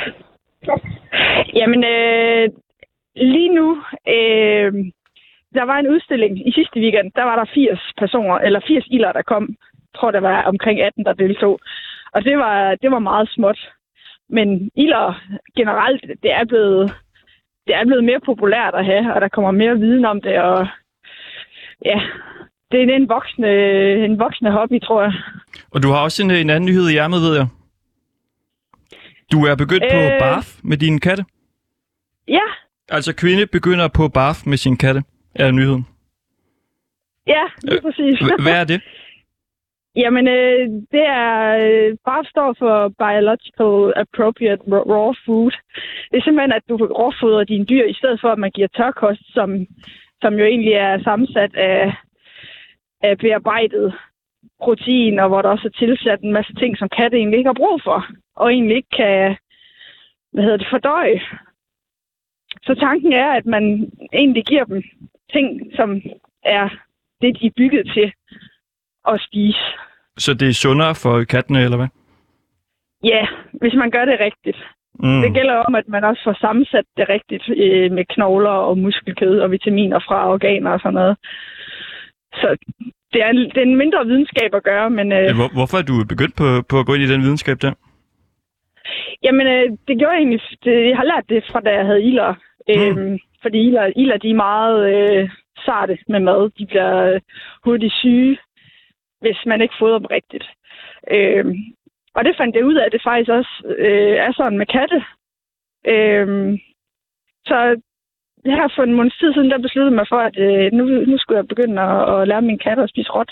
Jamen, øh, lige nu, øh, der var en udstilling i sidste weekend, der var der firs personer, eller firs ilder, der kom. Jeg tror, der var omkring atten, der deltog. Og det var, det var meget småt. Men ilder generelt, det er blevet, det er blevet mere populært at have, og der kommer mere viden om det, og ja, det er en voksende, en voksende hobby, tror jeg. Og du har også en, en anden nyhed i ærmet, ved jeg. Du er begyndt øh... på bath med dine katte? Ja. Altså kvinde begynder på bath med sine katte, er nyheden? Ja, lige præcis. Hvad er det? Jamen, øh, det er... Øh, bath står for Biological Appropriate Raw Food. Det er simpelthen, at du råfodrer dine dyr, i stedet for, at man giver tørkost, som, som jo egentlig er sammensat af, af bearbejdet protein, og hvor der også er tilsat en masse ting, som katte egentlig ikke har brug for, og egentlig ikke kan, hvad hedder det, fordøje. Så tanken er, at man egentlig giver dem ting, som er det, de er bygget til at spise. Så det er sundere for kattene, eller hvad? Ja, hvis man gør det rigtigt. Mm. Det gælder om, at man også får sammensat det rigtigt øh, med knogler og muskelkød og vitaminer fra organer og sådan noget. Så det er en, det er en mindre videnskab at gøre, men... Øh, Hvor, hvorfor er du begyndt på, på at gå ind i den videnskab der? Jamen, øh, det gjorde jeg egentlig... Det, jeg har lært det fra, da jeg havde ilder. Mm. Øhm, fordi ilder, ilder, de er meget øh, sarte med mad. De bliver øh, hurtigt syge, hvis man ikke fodrer dem rigtigt. Øhm, og det fandt jeg ud af, at det faktisk også øh, er sådan med katte. Øhm, så her for en måneds tid siden, der besluttede mig for, at øh, nu, nu skulle jeg begynde at, at lære mine katte at spise råt.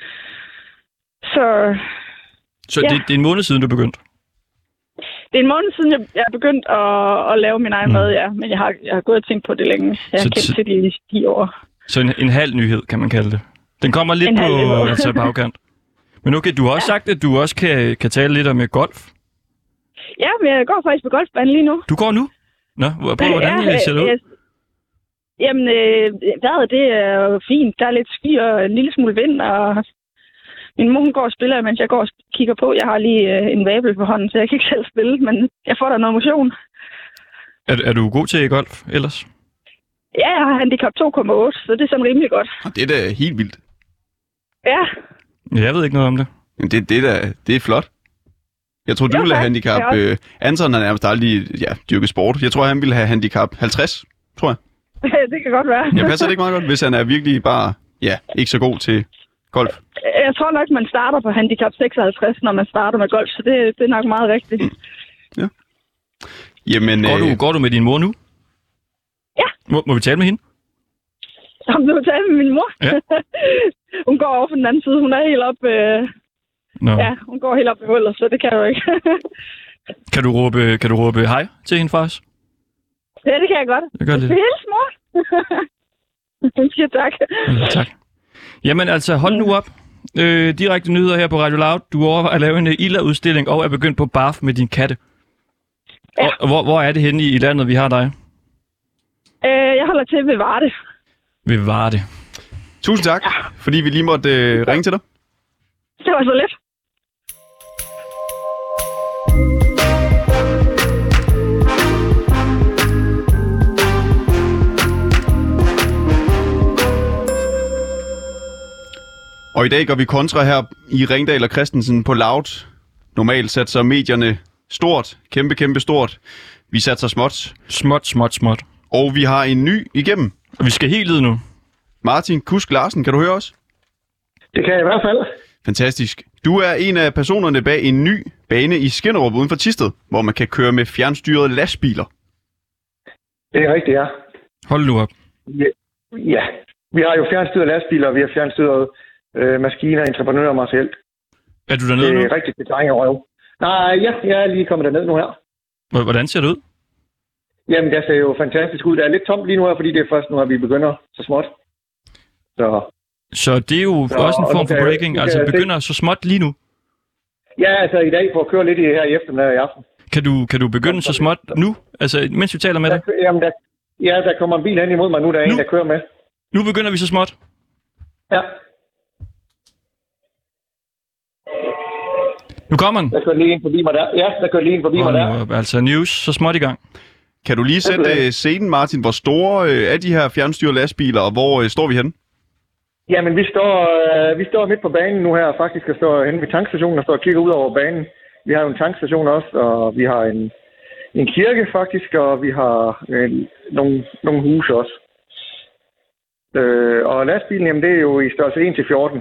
Så, så ja. det, det er en måned siden, du begyndte? Det er en måned siden, jeg, jeg er begyndt at, at lave min egen mm. mad, ja. Men jeg har, jeg har gået og tænkt på det længe. Jeg har kendt til det i ti år. Så en, en halv nyhed, kan man kalde det? Den kommer lidt en på altså, bagkant. Men okay, du har også ja. sagt, at du også kan, kan tale lidt om golf. Ja, men jeg går faktisk på golfbanen lige nu. Du går nu? Nå, på hvordan ja, ser det ud? Jeg, jamen, øh, vejret det er jo fint. Der er lidt sky og en lille smule vind, og min mor hun går og spiller, mens jeg går og kigger på. Jeg har lige øh, en vabel på hånden, så jeg kan ikke selv spille, men jeg får da noget motion. Er, er du god til golf ellers? Ja, jeg har handicap to komma otte, så det er sådan rimelig godt. Og det er da helt vildt. Ja. Jeg ved ikke noget om det. Men det, det, der, det er flot. Jeg tror, du Jo, ville have tak. handicap. Ja. Øh, Anton har nærmest aldrig ja, dyrket sport. Jeg tror, han ville have handicap halvtreds, tror jeg. Det kan godt være. Jeg passer det ikke meget godt, hvis han er virkelig bare ja, ikke så god til golf. Jeg tror nok, man starter på handicap seksoghalvtreds, når man starter med golf, så det, det er nok meget rigtigt. Ja. Jamen, Går du, øh, går du med din mor nu? Ja. Må, må vi tale med hende? Om du vil tale med min mor? Ja. Hun går over på den anden side. Hun er helt op... Øh... Nå. Ja, hun går helt op i hullet, så det kan du ikke. Kan du råbe, kan du råbe hej til hende fra os? Ja, det kan jeg godt. Det gør lidt. Det er helt smart. Hun siger tak. Ja, tak. Jamen altså, hold nu op. Øh, direkte nyheder her på Radio Loud. Du overvejer at lave en uh, Illa-udstilling og er begyndt på barf med din katte. Ja. Og, og hvor, hvor er det henne i, i landet, vi har dig? Øh, jeg holder til ved Varde. Ved Varde. tusind tak, fordi vi lige måtte øh, ringe til dig. Det var så lidt. Og i dag går vi kontra her i Ringdal og Christensen på Loud. Normalt satser medierne stort, kæmpe, kæmpe stort. Vi satser småt, Småt, småt, småt. og vi har en ny igennem. Og vi skal helt ud nu. Martin Kusk Larsen, kan du høre os? Det kan jeg i hvert fald. Fantastisk. Du er en af personerne bag en ny bane i Skinnerup uden for Thisted, hvor man kan køre med fjernstyrede lastbiler. Det er rigtigt, ja. Hold nu op. Ja, ja. Vi har jo fjernstyrede lastbiler, og vi har fjernstyrede øh, maskiner, entreprenører materielt. Er du dernede Det nu? er rigtigt, det trænger røv. Nej, ja, jeg er lige kommet derned nu her. H- Hvordan ser det ud? Jamen, det ser jo fantastisk ud. Det er lidt tomt lige nu her, fordi det er først nu, at vi begynder så småt. Så Så det er jo Så, også en og form nu for kan jeg- breaking. nu kan Altså jeg se- begynder så småt lige nu. ja, altså i dag for at køre lidt i her i eftermiddag i aften. Kan du, kan du begynde så småt nu? Altså mens vi taler med dig? Der, jamen, der, ja, der kommer en bil hen imod mig nu, der er Nu? en, der kører med. Nu begynder vi så småt. Ja, Nu kommer den. der kører lige en forbi mig der. Ja, der kører lige en forbi mig Hold der. nu op. Altså news så småt i gang. Kan du lige sætte Okay. øh, scenen, Martin? Hvor store øh, er de her fjernstyrede lastbiler, og hvor øh, står vi henne? Jamen, vi står, øh, vi står midt på banen nu her, faktisk, og står henne ved tankstationen og står og kigger ud over banen. Vi har jo en tankstation også, og vi har en, en kirke faktisk, og vi har øh, nogle, nogle huse også. Øh, og lastbilen, jamen, det er jo i størrelse en til fjorten.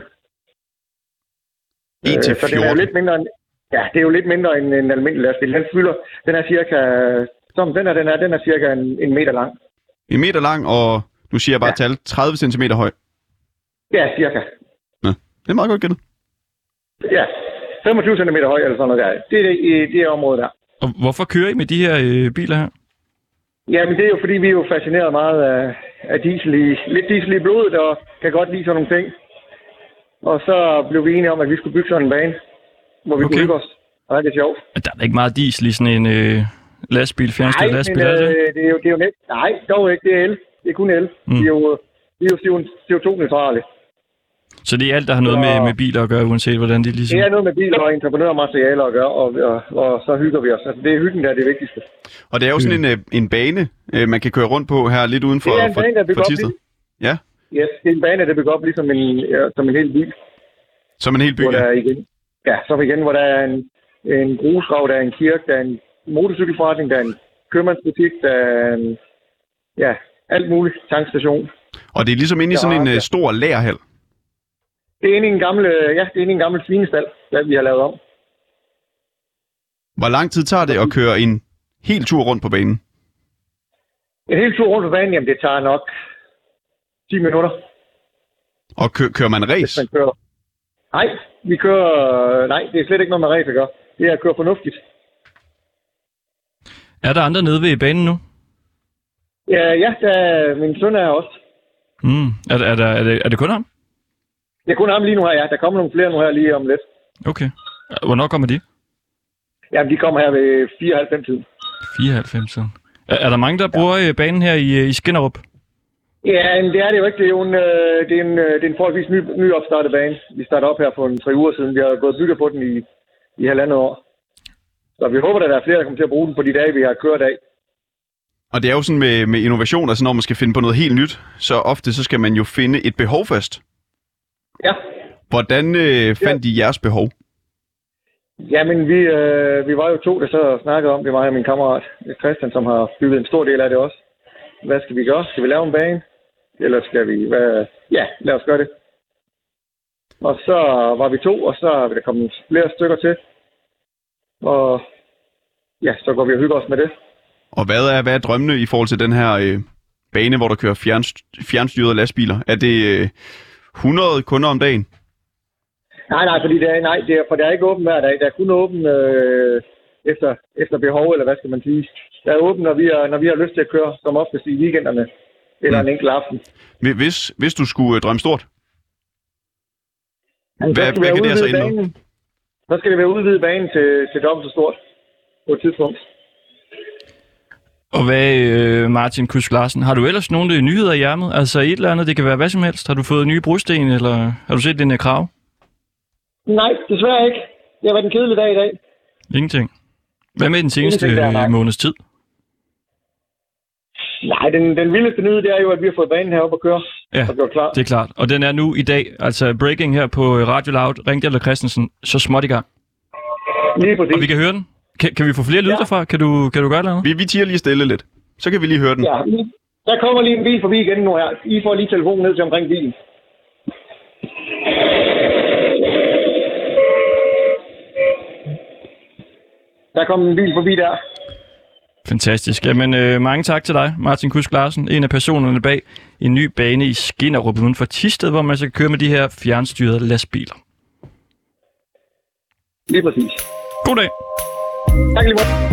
en til Øh, så den er jo fjorten. lidt mindre end, ja, det er jo lidt mindre end en almindelig lastbil. Den fylder, den er cirka, som den er, den er, den er cirka en, en meter lang. En meter lang, og nu siger jeg bare Ja. tal, tredive centimeter høj. Ja, cirka. Det er meget godt gættet. Ja, femogtyve centimeter høj eller sådan noget der. Det er det, i det her område der. Og hvorfor kører I med de her øh, biler her? Jamen, det er jo fordi, vi er jo fascineret meget af, af diesel i, lidt diesel i blodet, og kan godt lide sådan nogle ting. Og så blev vi enige om, at vi skulle bygge sådan en bane, hvor vi Okay. kunne hygge os. Og det er sjovt. Der er da ikke meget diesel i sådan en øh, lastbil, fjernstyret Nej, lastbil, men er det? øh, det er jo, det er jo net. Nej, dog ikke. Det er el. Det er kun el. Mm. Det er jo, det er jo C O to-neutrale. Så det er alt, der har noget Så- med, med biler at gøre, uanset hvordan de ligesom... Det er noget med biler og entreprenørmaterialer at gøre, og, og, og så hygger vi os. Altså, det er hyggen, der er det vigtigste. Og det er jo sådan en, øh, en bane, øh, man kan køre rundt på her lidt uden for, Det er en for, bane, der for bygger op Thisted. lige. Ja, Yes, det er en bane, der bygger op ligesom en, ja, som en hel bil. som en hel by. Hvor der Ja. er igen, ja, så igen, hvor der er en, en grusgrav, der er en kirke, der er en motorcykelforretning, der er en købmandsbutik, der er en, ja, alt muligt, tankstation. Og det er ligesom inde i sådan en Ja, øh, ja. stor lagerhal. Det er inde i en gammel, ja, det er inde i en gammel svinestal, der vi har lavet om. Hvor lang tid tager det at køre en hel tur rundt på banen? En hel tur rundt på banen, jamen det tager nok ti minutter, Og kø- kører man hvis race? man kører. Nej, vi kører, nej, det er slet ikke noget med race at gøre. Det er at køre fornuftigt. Er der andre nede ved banen nu? Ja, ja, der, min søn er her også. Mm. Er, der- er, der, er, det, er det kun ham? Det er kun ham lige nu her, ja. Der kommer nogle flere nu her lige om lidt. Okay. Hvornår kommer de? Jamen, de kommer her ved fireoghalvfems tiden. fireoghalvfems. Er, er der mange, der bruger øh, banen her i, øh, i Skinnerup? Ja, men det er det jo ikke. Det er jo en, øh, det er en, øh, det er en forholdsvis ny, ny opstartet bane. Vi startede op her for en tre uger siden. Vi har gået og bygget på den i, i halvandet år. Så vi håber, at der er flere, der kommer til at bruge den på de dage, vi har kørt af. Og det er jo sådan med, med innovation, altså når man skal finde på noget helt nyt, så ofte så skal man jo finde et behov først. Ja, Hvordan øh, fandt de jeres behov? Jamen, vi, øh, vi var jo to, der så snakkede om det, mig og min kammerat Christian, som har bygget en stor del af det også. Hvad skal vi gøre? Skal vi lave en bane? Eller skal vi... Hvad? Ja, lad os gøre det. Og så var vi to, og så er der kommet flere stykker til. Og ja, så går vi og hygger os med det. Og hvad er, hvad er drømmene i forhold til den her øh, bane, hvor der kører fjernst- fjernstyrede lastbiler? Er det øh, hundrede kunder om dagen? Nej, nej, fordi det er, nej, det er, for det er ikke åbent hver dag. Det er kun åbent øh, efter, efter behov, eller hvad skal man sige. Det er åbent, når vi, er, når vi har lyst til at køre, som oftest i weekenderne, eller mm. en enkelt aften. Hvis, hvis du skulle øh, drømme stort, altså, hvad, hvad kan det så indre? Så skal det være udvidet banen til, til dobbelt så stort på et tidspunkt. Og hvad, øh, Martin Kusk Larsen, har du ellers nogle øh, nyheder i hjermet? Altså et eller andet, det kan være hvad som helst. Har du fået nye brosten, eller har du set din øh, krav? Nej, desværre ikke. Det har været en kedelig dag i dag. Ingenting. Hvad med den seneste der, øh, måneds tid? Nej, den, den vildeste nyhed, det er jo, at vi har fået banen heroppe at køre. Ja, og klar. det er klart. Og den er nu i dag, altså breaking her på Radio Loud, Ringdal og Christensen, så småt i gang. Lige præcis. Og vi kan høre den. Kan, kan vi få flere lyde ja. derfra? Kan du, kan du gøre noget? Vi, vi tiger lige stille lidt. Så kan vi lige høre den. Ja, der kommer lige en bil forbi igen nu her. I får lige telefonen ned til omkring bilen. Der kom en bil forbi der. Fantastisk. Jamen, øh, mange tak til dig, Martin Kusk Larsen, en af personerne bag en ny bane i Skinnerup uden for Thisted, hvor man skal køre med de her fjernstyrede lastbiler. Lige præcis. God dag. Tak lige meget.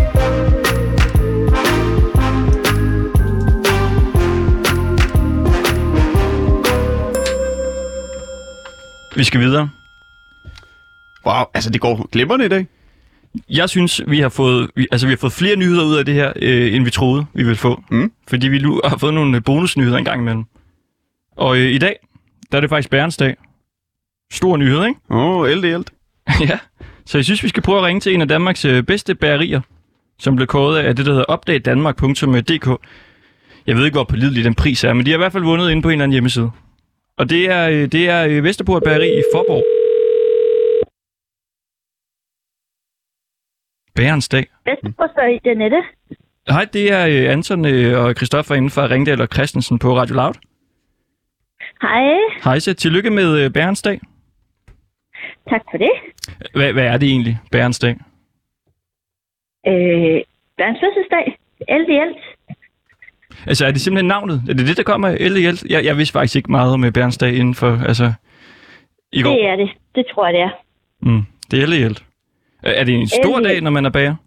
Vi skal videre. Wow, altså det går glimrende i dag. Jeg synes, vi har fået, vi, altså, vi har fået flere nyheder ud af det her, øh, end vi troede, vi ville få. Mm. Fordi vi nu har fået nogle bonusnyheder en gang imellem. Og øh, i dag, der er det faktisk Bærens dag. Stor nyhed, ikke? Åh, oh, eld i eld. Ja, så jeg synes, vi skal prøve at ringe til en af Danmarks øh, bedste bagerier, som blev kåret af det, der hedder opdag danmark punktum d k. Jeg ved ikke, hvor pålidelig den pris er, men de har i hvert fald vundet inde på en eller anden hjemmeside. Og det er, øh, det er øh, Vesterport Bageri i Fåborg. Bærens dag. Vesterport Bageri, det er Nette. Hej, det er øh, Anton øh, og Christoffer inden for Ringdal og Christensen på Radio Loud. Hej. Hej, så tillykke med øh, Bærens dag. Tak for det. Hvad, hvad er det egentlig, Bærens dag? Øh, Bærens fødselsdag. Eld i eld. Altså, er det simpelthen navnet? Er det det, der kommer af eld i eld? Jeg, jeg vidste faktisk ikke meget om Bærens dag inden for, altså, i går. Det er det. Det tror jeg, det er. Mm, det er eld i eld. Er det en stor dag, når man er bager?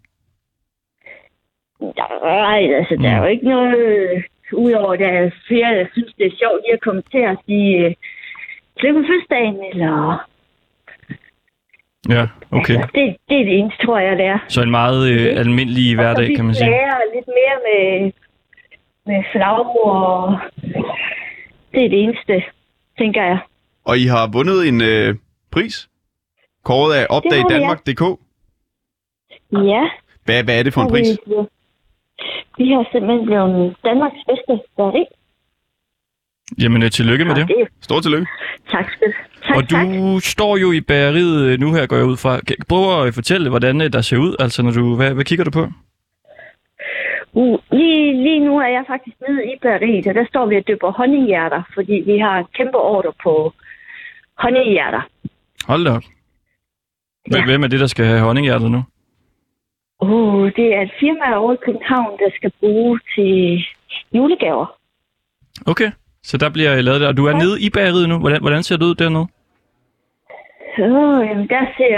Nej, altså, der er jo ikke noget... Udover, der er flere, jeg synes, det er sjovt lige at kommentere og sige, tillykke med fødselsdagen, eller... Ja, okay. Altså, det, det er det eneste, tror jeg, det er. Så en meget øh, almindelig hverdag, kan man sige. Og så lidt mere med, med flag, og det er det eneste, tænker jeg. Og I har vundet en øh, pris? Kåret af opdag danmark punktum d k? Ja. Hvad, hvad er det for en pris? Vi, vi har simpelthen blevet Danmarks bedste bageri. Jamen, tillykke med det. det. Stort tillykke. Tak skal du. Tak, og du tak. står jo i bageriet nu her, går jeg ud fra. Prøv at fortælle, hvordan der ser ud. Altså, når du, hvad, hvad kigger du på? Uh, lige, lige nu er jeg faktisk nede i bageriet, og der står vi og dypper honninghjerter, fordi vi har en kæmpe ordre på honninghjerter. Hold da op. Ja. Hvem er det, der skal have honninghjertet nu? Uh, det er et firma over i København, der skal bruge til julegaver. Okay, så der bliver lavet der. Og du er ja. nede i bageriet nu. Hvordan, hvordan ser det ud dernede? Så, jamen, der ser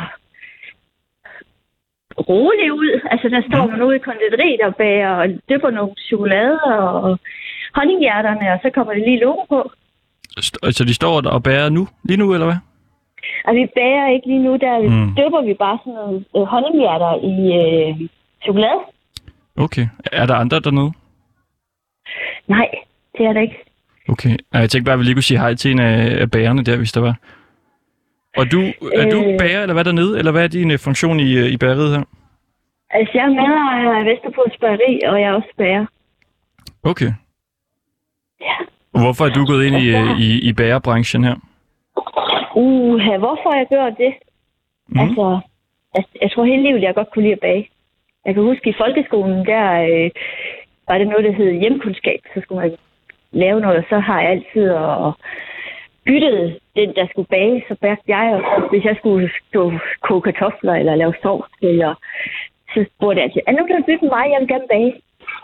roligt ud. Altså, der står man ude i konditoriet og bager og dypper nogle chokolader og honninghjerterne, og så kommer det lige logo på. Så de står der og bager nu? Lige nu, eller hvad? Og vi bager ikke lige nu, der mm. dypper vi bare sådan nogle øh, honninghjerter i øh, chokolade. Okay. Er der andre dernede? Nej, det er der ikke. Okay. Jeg tænkte bare, at vi lige kunne sige hej til en af, af bagerne der, hvis der var. Og du, er øh, du bager, eller hvad dernede? Eller hvad er din funktion i, i bageriet her? Altså, jeg er medejer af Vesterports Bageri, og jeg er også bager. Okay. Ja. Og hvorfor er du gået ind i, i, i bagerbranchen her? Uh, hvorfor jeg gør det? Mm. Altså, altså, jeg tror hele livet, jeg godt kunne lide at bage. Jeg kan huske, i folkeskolen, der øh, var det noget, der hed hjemkundskab. Så skulle man lave noget, og så har jeg altid og byttet den, der skulle bage, så bagte jeg. Og hvis jeg skulle stå, koge kartofler eller lave sovs, eller, så spurgte jeg altid, er nu kan du bytte mig, jeg vil gerne bage.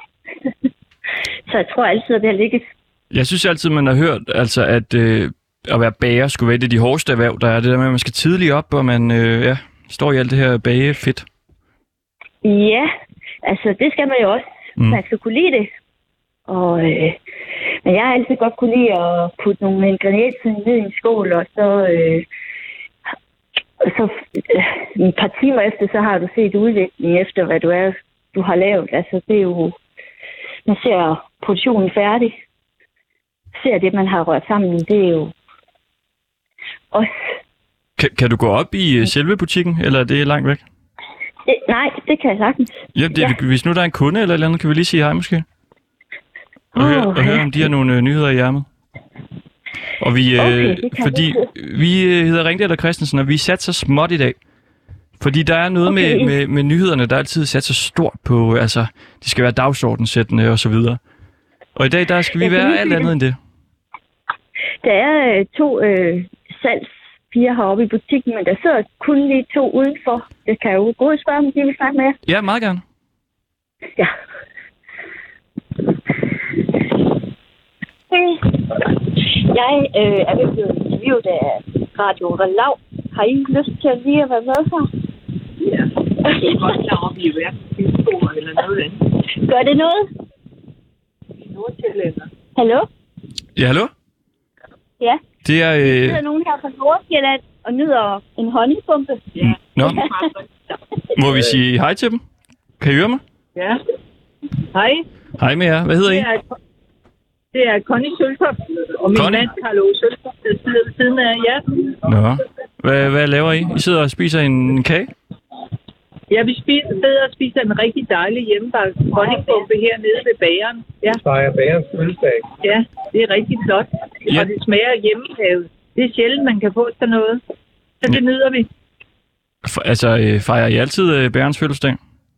Så jeg tror altid, at det har ligget. Jeg synes altid, man har hørt, altså, at øh, at være bager skulle være det de hårdeste erhverv, der er det der med, at man skal tidligt op, og man øh, ja, står i alt det her bagefedt. Ja, altså det skal man jo også. Mm. Man skal kunne lide det. Og, øh, men jeg har altid godt kunne lide at putte nogle ingredienser ned i en skål, og så, øh, og så øh, et par timer efter, så har du set udvikling efter, hvad du er, du har lavet. Altså det er jo, man ser portionen færdig. Ser det, man har rørt sammen, det er jo også. Kan, kan du gå op i uh, selve butikken, eller er det langt væk? Det, nej, det kan jeg sagtens. Ja, det, ja. Hvis nu der er en kunde eller et eller andet, kan vi lige sige hej måske? Og, oh, høre, og ja. høre, om de har nogle uh, nyheder i ærmet. Og vi, okay, øh, fordi vi øh, hedder Ringdal og Christensen, og vi er sat så småt i dag. Fordi der er noget okay. med, med, med nyhederne, der er altid sat så stort på, altså, de skal være dagsordensættende og så videre. Og i dag, der skal vi være alt andet end det. Der er øh, to øh, salgspiger heroppe i butikken, men der sidder kun lige to udenfor. Jeg kan jo gå og spørge, om de vil snakke med jer. Ja, meget gerne. Ja. Jeg øh, er ved blevet interviewet af Radio Relav. Har I lyst til at lige at være med her? Ja. Jeg er godt klar op i hverken eller noget andet. Gør det noget? Nordsjællænder. Hallo? Ja, hallo? Ja. Det er... Øh... Der sidder nogen her fra Nordsjælland og nyder en honningbombe. Ja. Nå. Må vi sige hej til dem? Kan I høre mig? Ja. Hej. Hej med jer. Hvad hedder I? Det er, det er Connie Søltoft, og min Connie? mand, Carlo Søltoft, der sidder ved siden af jer. Nå. Hvad, hvad laver I? I sidder og spiser en kage? Ja, vi spiser, sidder og spiser en rigtig dejlig hjemmebagt honningbombe hernede ved bageren. Ja. Det fejrer bagerens fødselsdag. Ja, det er rigtig flot. Ja. Og det smager hjemmehavet. Det er sjældent, man kan få sådan noget. Så det nyder vi. For, altså, øh, fejrer I altid øh, bærens fødselsdag?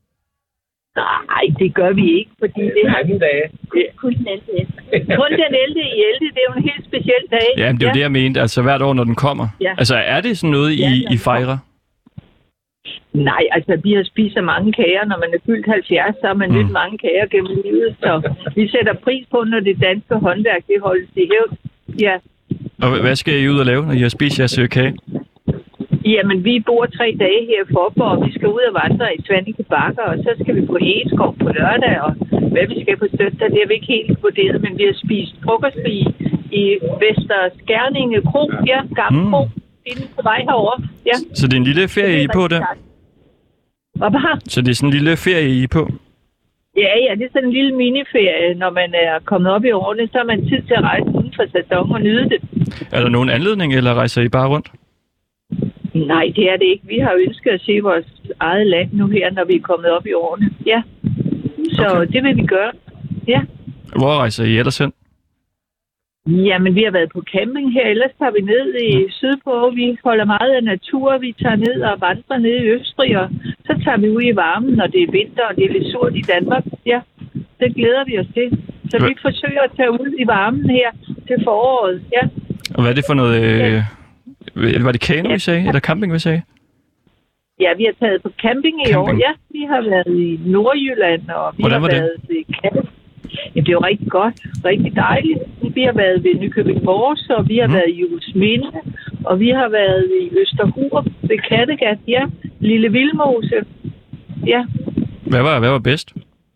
Nej, det gør vi ikke, fordi det er anden dag. Kun den ellevte. Kun den ellevte i ellevte, det er jo en helt speciel dag. Ja, men det er jo ja. det, jeg mente. Altså hvert år, når den kommer. Ja. Altså, er det sådan noget, I, ja, ja. I fejrer? Nej, altså vi har spist så mange kager, når man er fyldt halvfjerds, så har man mm. nyt mange kager gennem livet. Så vi sætter pris på, når det danske håndværk, det holdes i hævd. Ja. Og hvad skal I ud og lave, når I har spist jeres kage? Jamen, vi bor tre dage her i Forborg, og vi skal ud og vandre i Svanike Bakker, og så skal vi på Egeskov på lørdag, og hvad vi skal på søndag, det har vi ikke helt vurderet, men vi har spist frokost i, i Vester Skærninge Kro, ja, Gamle mm. Kro, inden på vej herovre. Ja. Så det er en lille ferie, I er på der? Hvad har? Så det er sådan en lille ferie, I er på? Ja, ja, det er sådan en lille miniferie. Når man er kommet op i årene, så har man tid til at rejse uden for sæson og nyde det. Er der nogen anledning, eller rejser I bare rundt? Nej, det er det ikke. Vi har ønsket at se vores eget land nu her, når vi er kommet op i årene. Ja, så okay. Det vil vi gøre. Ja. Hvor rejser I ellers hen? Jamen, vi har været på camping her. Ellers tager vi ned i mm. sydpå. Vi holder meget af natur. Vi tager ned og vandrer ned i Østrig, og så tager vi ud i varmen, når det er vinter, og det er lidt surt i Danmark. Ja, det glæder vi os til. Så Hva? vi forsøger at tage ud i varmen her til foråret. Ja. Og hvad er det for noget... Øh... Ja. Var det kano, vi sagde? Eller camping, vi sagde? Ja, vi har taget på camping i camping. år. Ja, vi har været i Nordjylland, og vi Hvordan har været ved Katte. Ja, det er jo rigtig godt. Rigtig dejligt. Vi har været ved Nykøbing Mors, og vi har mm. været i Juelsminde, og vi har været i Østerhurup ved Kattegat. Ja, Lille Vildmose. Ja. Hvad var, hvad var bedst?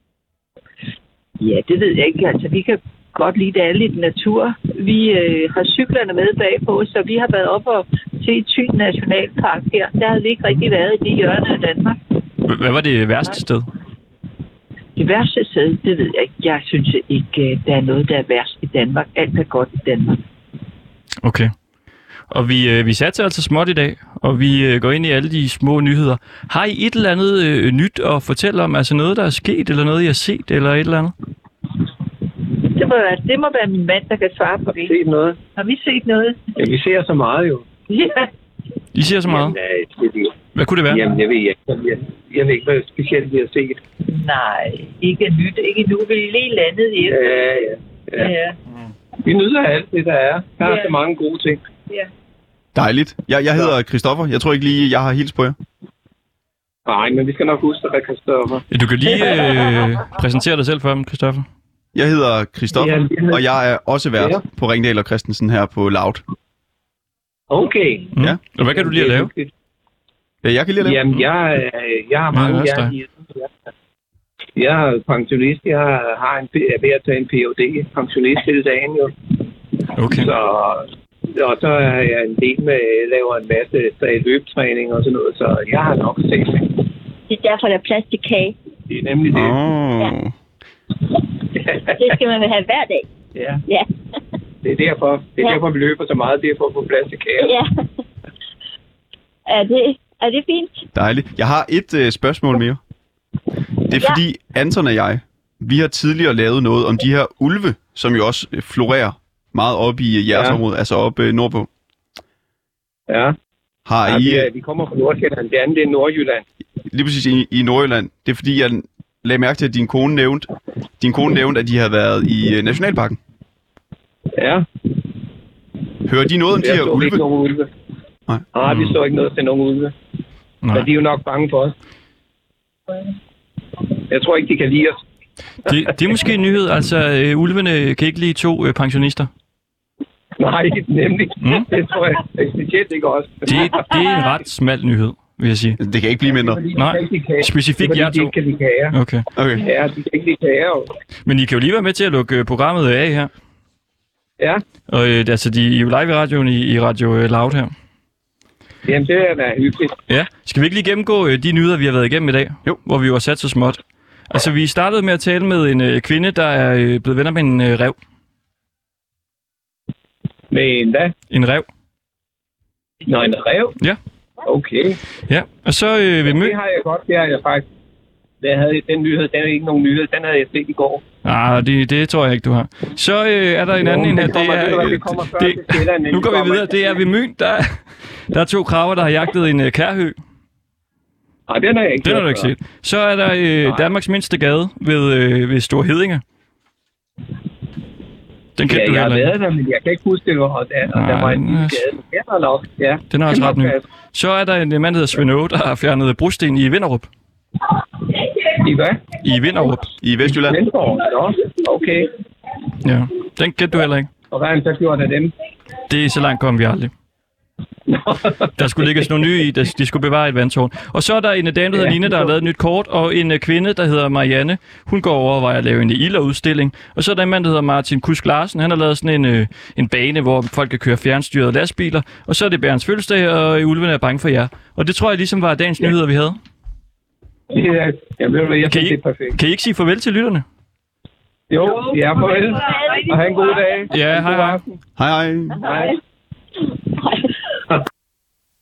Ja, det ved jeg ikke. Altså, vi kan godt lide det alle i den natur. Vi øh, har cyklerne med bagpå, så vi har været op og set Thyn Nationalpark her. Der havde vi ikke rigtig været i det hjørne af Danmark. Hvad var det værste sted? Det værste sted, det ved jeg ikke. Jeg synes ikke, der er noget, der er værst i Danmark. Alt er godt i Danmark. Okay. Og vi, øh, vi satte altså småt i dag, og vi øh, går ind i alle de små nyheder. Har I et eller andet øh, nyt at fortælle om? Altså noget, der er sket, eller noget, I har set, eller et eller andet? Det må, være, det må være min mand, der kan svare på det. Set noget? Har vi set noget? Ja, vi ser så meget jo. Ja. I siger så meget? Jamen, øh, det, hvad kunne det være? Jamen, jeg ved, jeg, jeg, jeg ved ikke, hvad specielt vi har set. Nej, ikke nyt, ikke nu. Vi er lige landet i. Ja, ja, ja. ja. Vi nyder alt det, der er. Der er ja. så mange gode ting. Ja. Dejligt. Jeg, jeg hedder Christoffer. Jeg tror ikke lige, jeg har hils på jer. Nej, men vi skal nok huske dig, Christoffer. Ja, du kan lige øh, præsentere dig selv for dem, Christoffer. Jeg hedder Christoffer, ja, hedder... og jeg er også vært ja. på Ringdal og Christensen her på Loud. Okay. Mm. Ja. Og hvad kan du lide at lave? Ja, jeg kan lide at lave. Jamen, jeg, jeg har mange ja, jeg, jeg, jeg er pensionist. Jeg har en, er ved at tage en P H D. Pensionist hele dagen jo. Okay. Så, og så er jeg en del med, laver en masse løbetræning og sådan noget, så jeg har nok set det. Det er derfor, der er plads til kage. Det er nemlig det. Oh. Ja. Det skal man have hver dag. Ja. Ja. Det er derfor, det er ja. derfor vi løber så meget. Det er for at få plads til kage. Ja. Er det, er det fint? Dejligt. Jeg har et øh, spørgsmål mere. Det er ja. fordi Anton og jeg, vi har tidligere lavet noget om de her ulve, som jo også florerer meget op i jeres ja. område, altså op øh, nordpå. Ja. Har ja, I... Vi, er, vi kommer fra Nordsjælland. Det andet det er Nordjylland. Lige præcis i, i Nordjylland. Det er fordi, jeg lagde mærke til, at din kone nævnte, din kone nævnte, at de har været i øh, Nationalparken. Ja. Hører de noget om de her ulve? Ikke nogen ulve? Nej. Nej, vi så ikke noget til nogen ulve. Nej. Men de er jo nok bange for os. Jeg tror ikke, de kan lide os. Det, det er måske en nyhed. Altså, øh, ulvene kan ikke lide to øh, pensionister. Nej, nemlig. Mm. Det tror jeg specielt ikke også. Det, det er en ret smal nyhed, vil jeg sige. Det kan ikke blive mindre. Nej, specifikt jer to. Det kan okay. okay. Ja, de kan ikke lide kager. Men I kan jo lige være med til at lukke programmet af her. Ja. Og øh, altså, de er jo live i radioen i, i Radio øh, Loud her. Jamen, det er da hyggeligt. Ja. Skal vi ikke lige gennemgå øh, de nyheder, vi har været igennem i dag? Jo. Hvor vi jo har sat så småt. Altså, vi startede med at tale med en øh, kvinde, der er øh, blevet venner med en øh, ræv. Med en hvad? En ræv. Nå, en ræv? Ja. Okay. Ja, og så øh, ved mø... Det har jeg godt, det har jeg faktisk. Jeg havde, den nyhed, den er ikke nogen nyhed, den havde jeg set i går. Ah, det, det tror jeg ikke, du har. Så øh, er der en jo, anden en her, det er... Øh, det, det, nu går vi videre, det er ved Møn, der, der er to kraver, der har jagtet en øh, kærhø. Nej, den har jeg ikke. Den har du ikke set. Så er der øh, Danmarks mindste gade ved, øh, ved Store Hedinge. Den kendte ja, du jeg har heller været der, men jeg kan ikke huske det, og der, og der var en ny gade. Den er nok, ja. Den er også ret ny. Så er der en mand, der hedder Svend Aage, der har fjernet brosten i Vinderup. I hvad? I Vinderup. I Vestjylland. Vinderup, okay. Ja, den kendte du heller ikke. Og hvad har han så gjort af dem? Det er så langt kom vi aldrig. Der skulle ligge nogle nye i, der de skulle bevare et vandtårn. Og så er der en dame, der hedder ja, Line, der har lavet et nyt kort, og en kvinde, der hedder Marianne. Hun går over og overvejer at lave en ilderudstilling. Og så er der en mand, der hedder Martin Kusk Larsen. Han har lavet sådan en, en bane, hvor folk kan køre fjernstyrede lastbiler. Og så er det Bærens fødselsdag, og ulvene er bange for jer. Og det tror jeg ligesom var dagens ja. nyheder, vi havde. Ja, jeg ved, jeg synes, det er perfekt. Kan I ikke sige farvel til lytterne? Jo, ja, farvel. Og have en god dag. Ja, hej hej. Hej hej. Hej.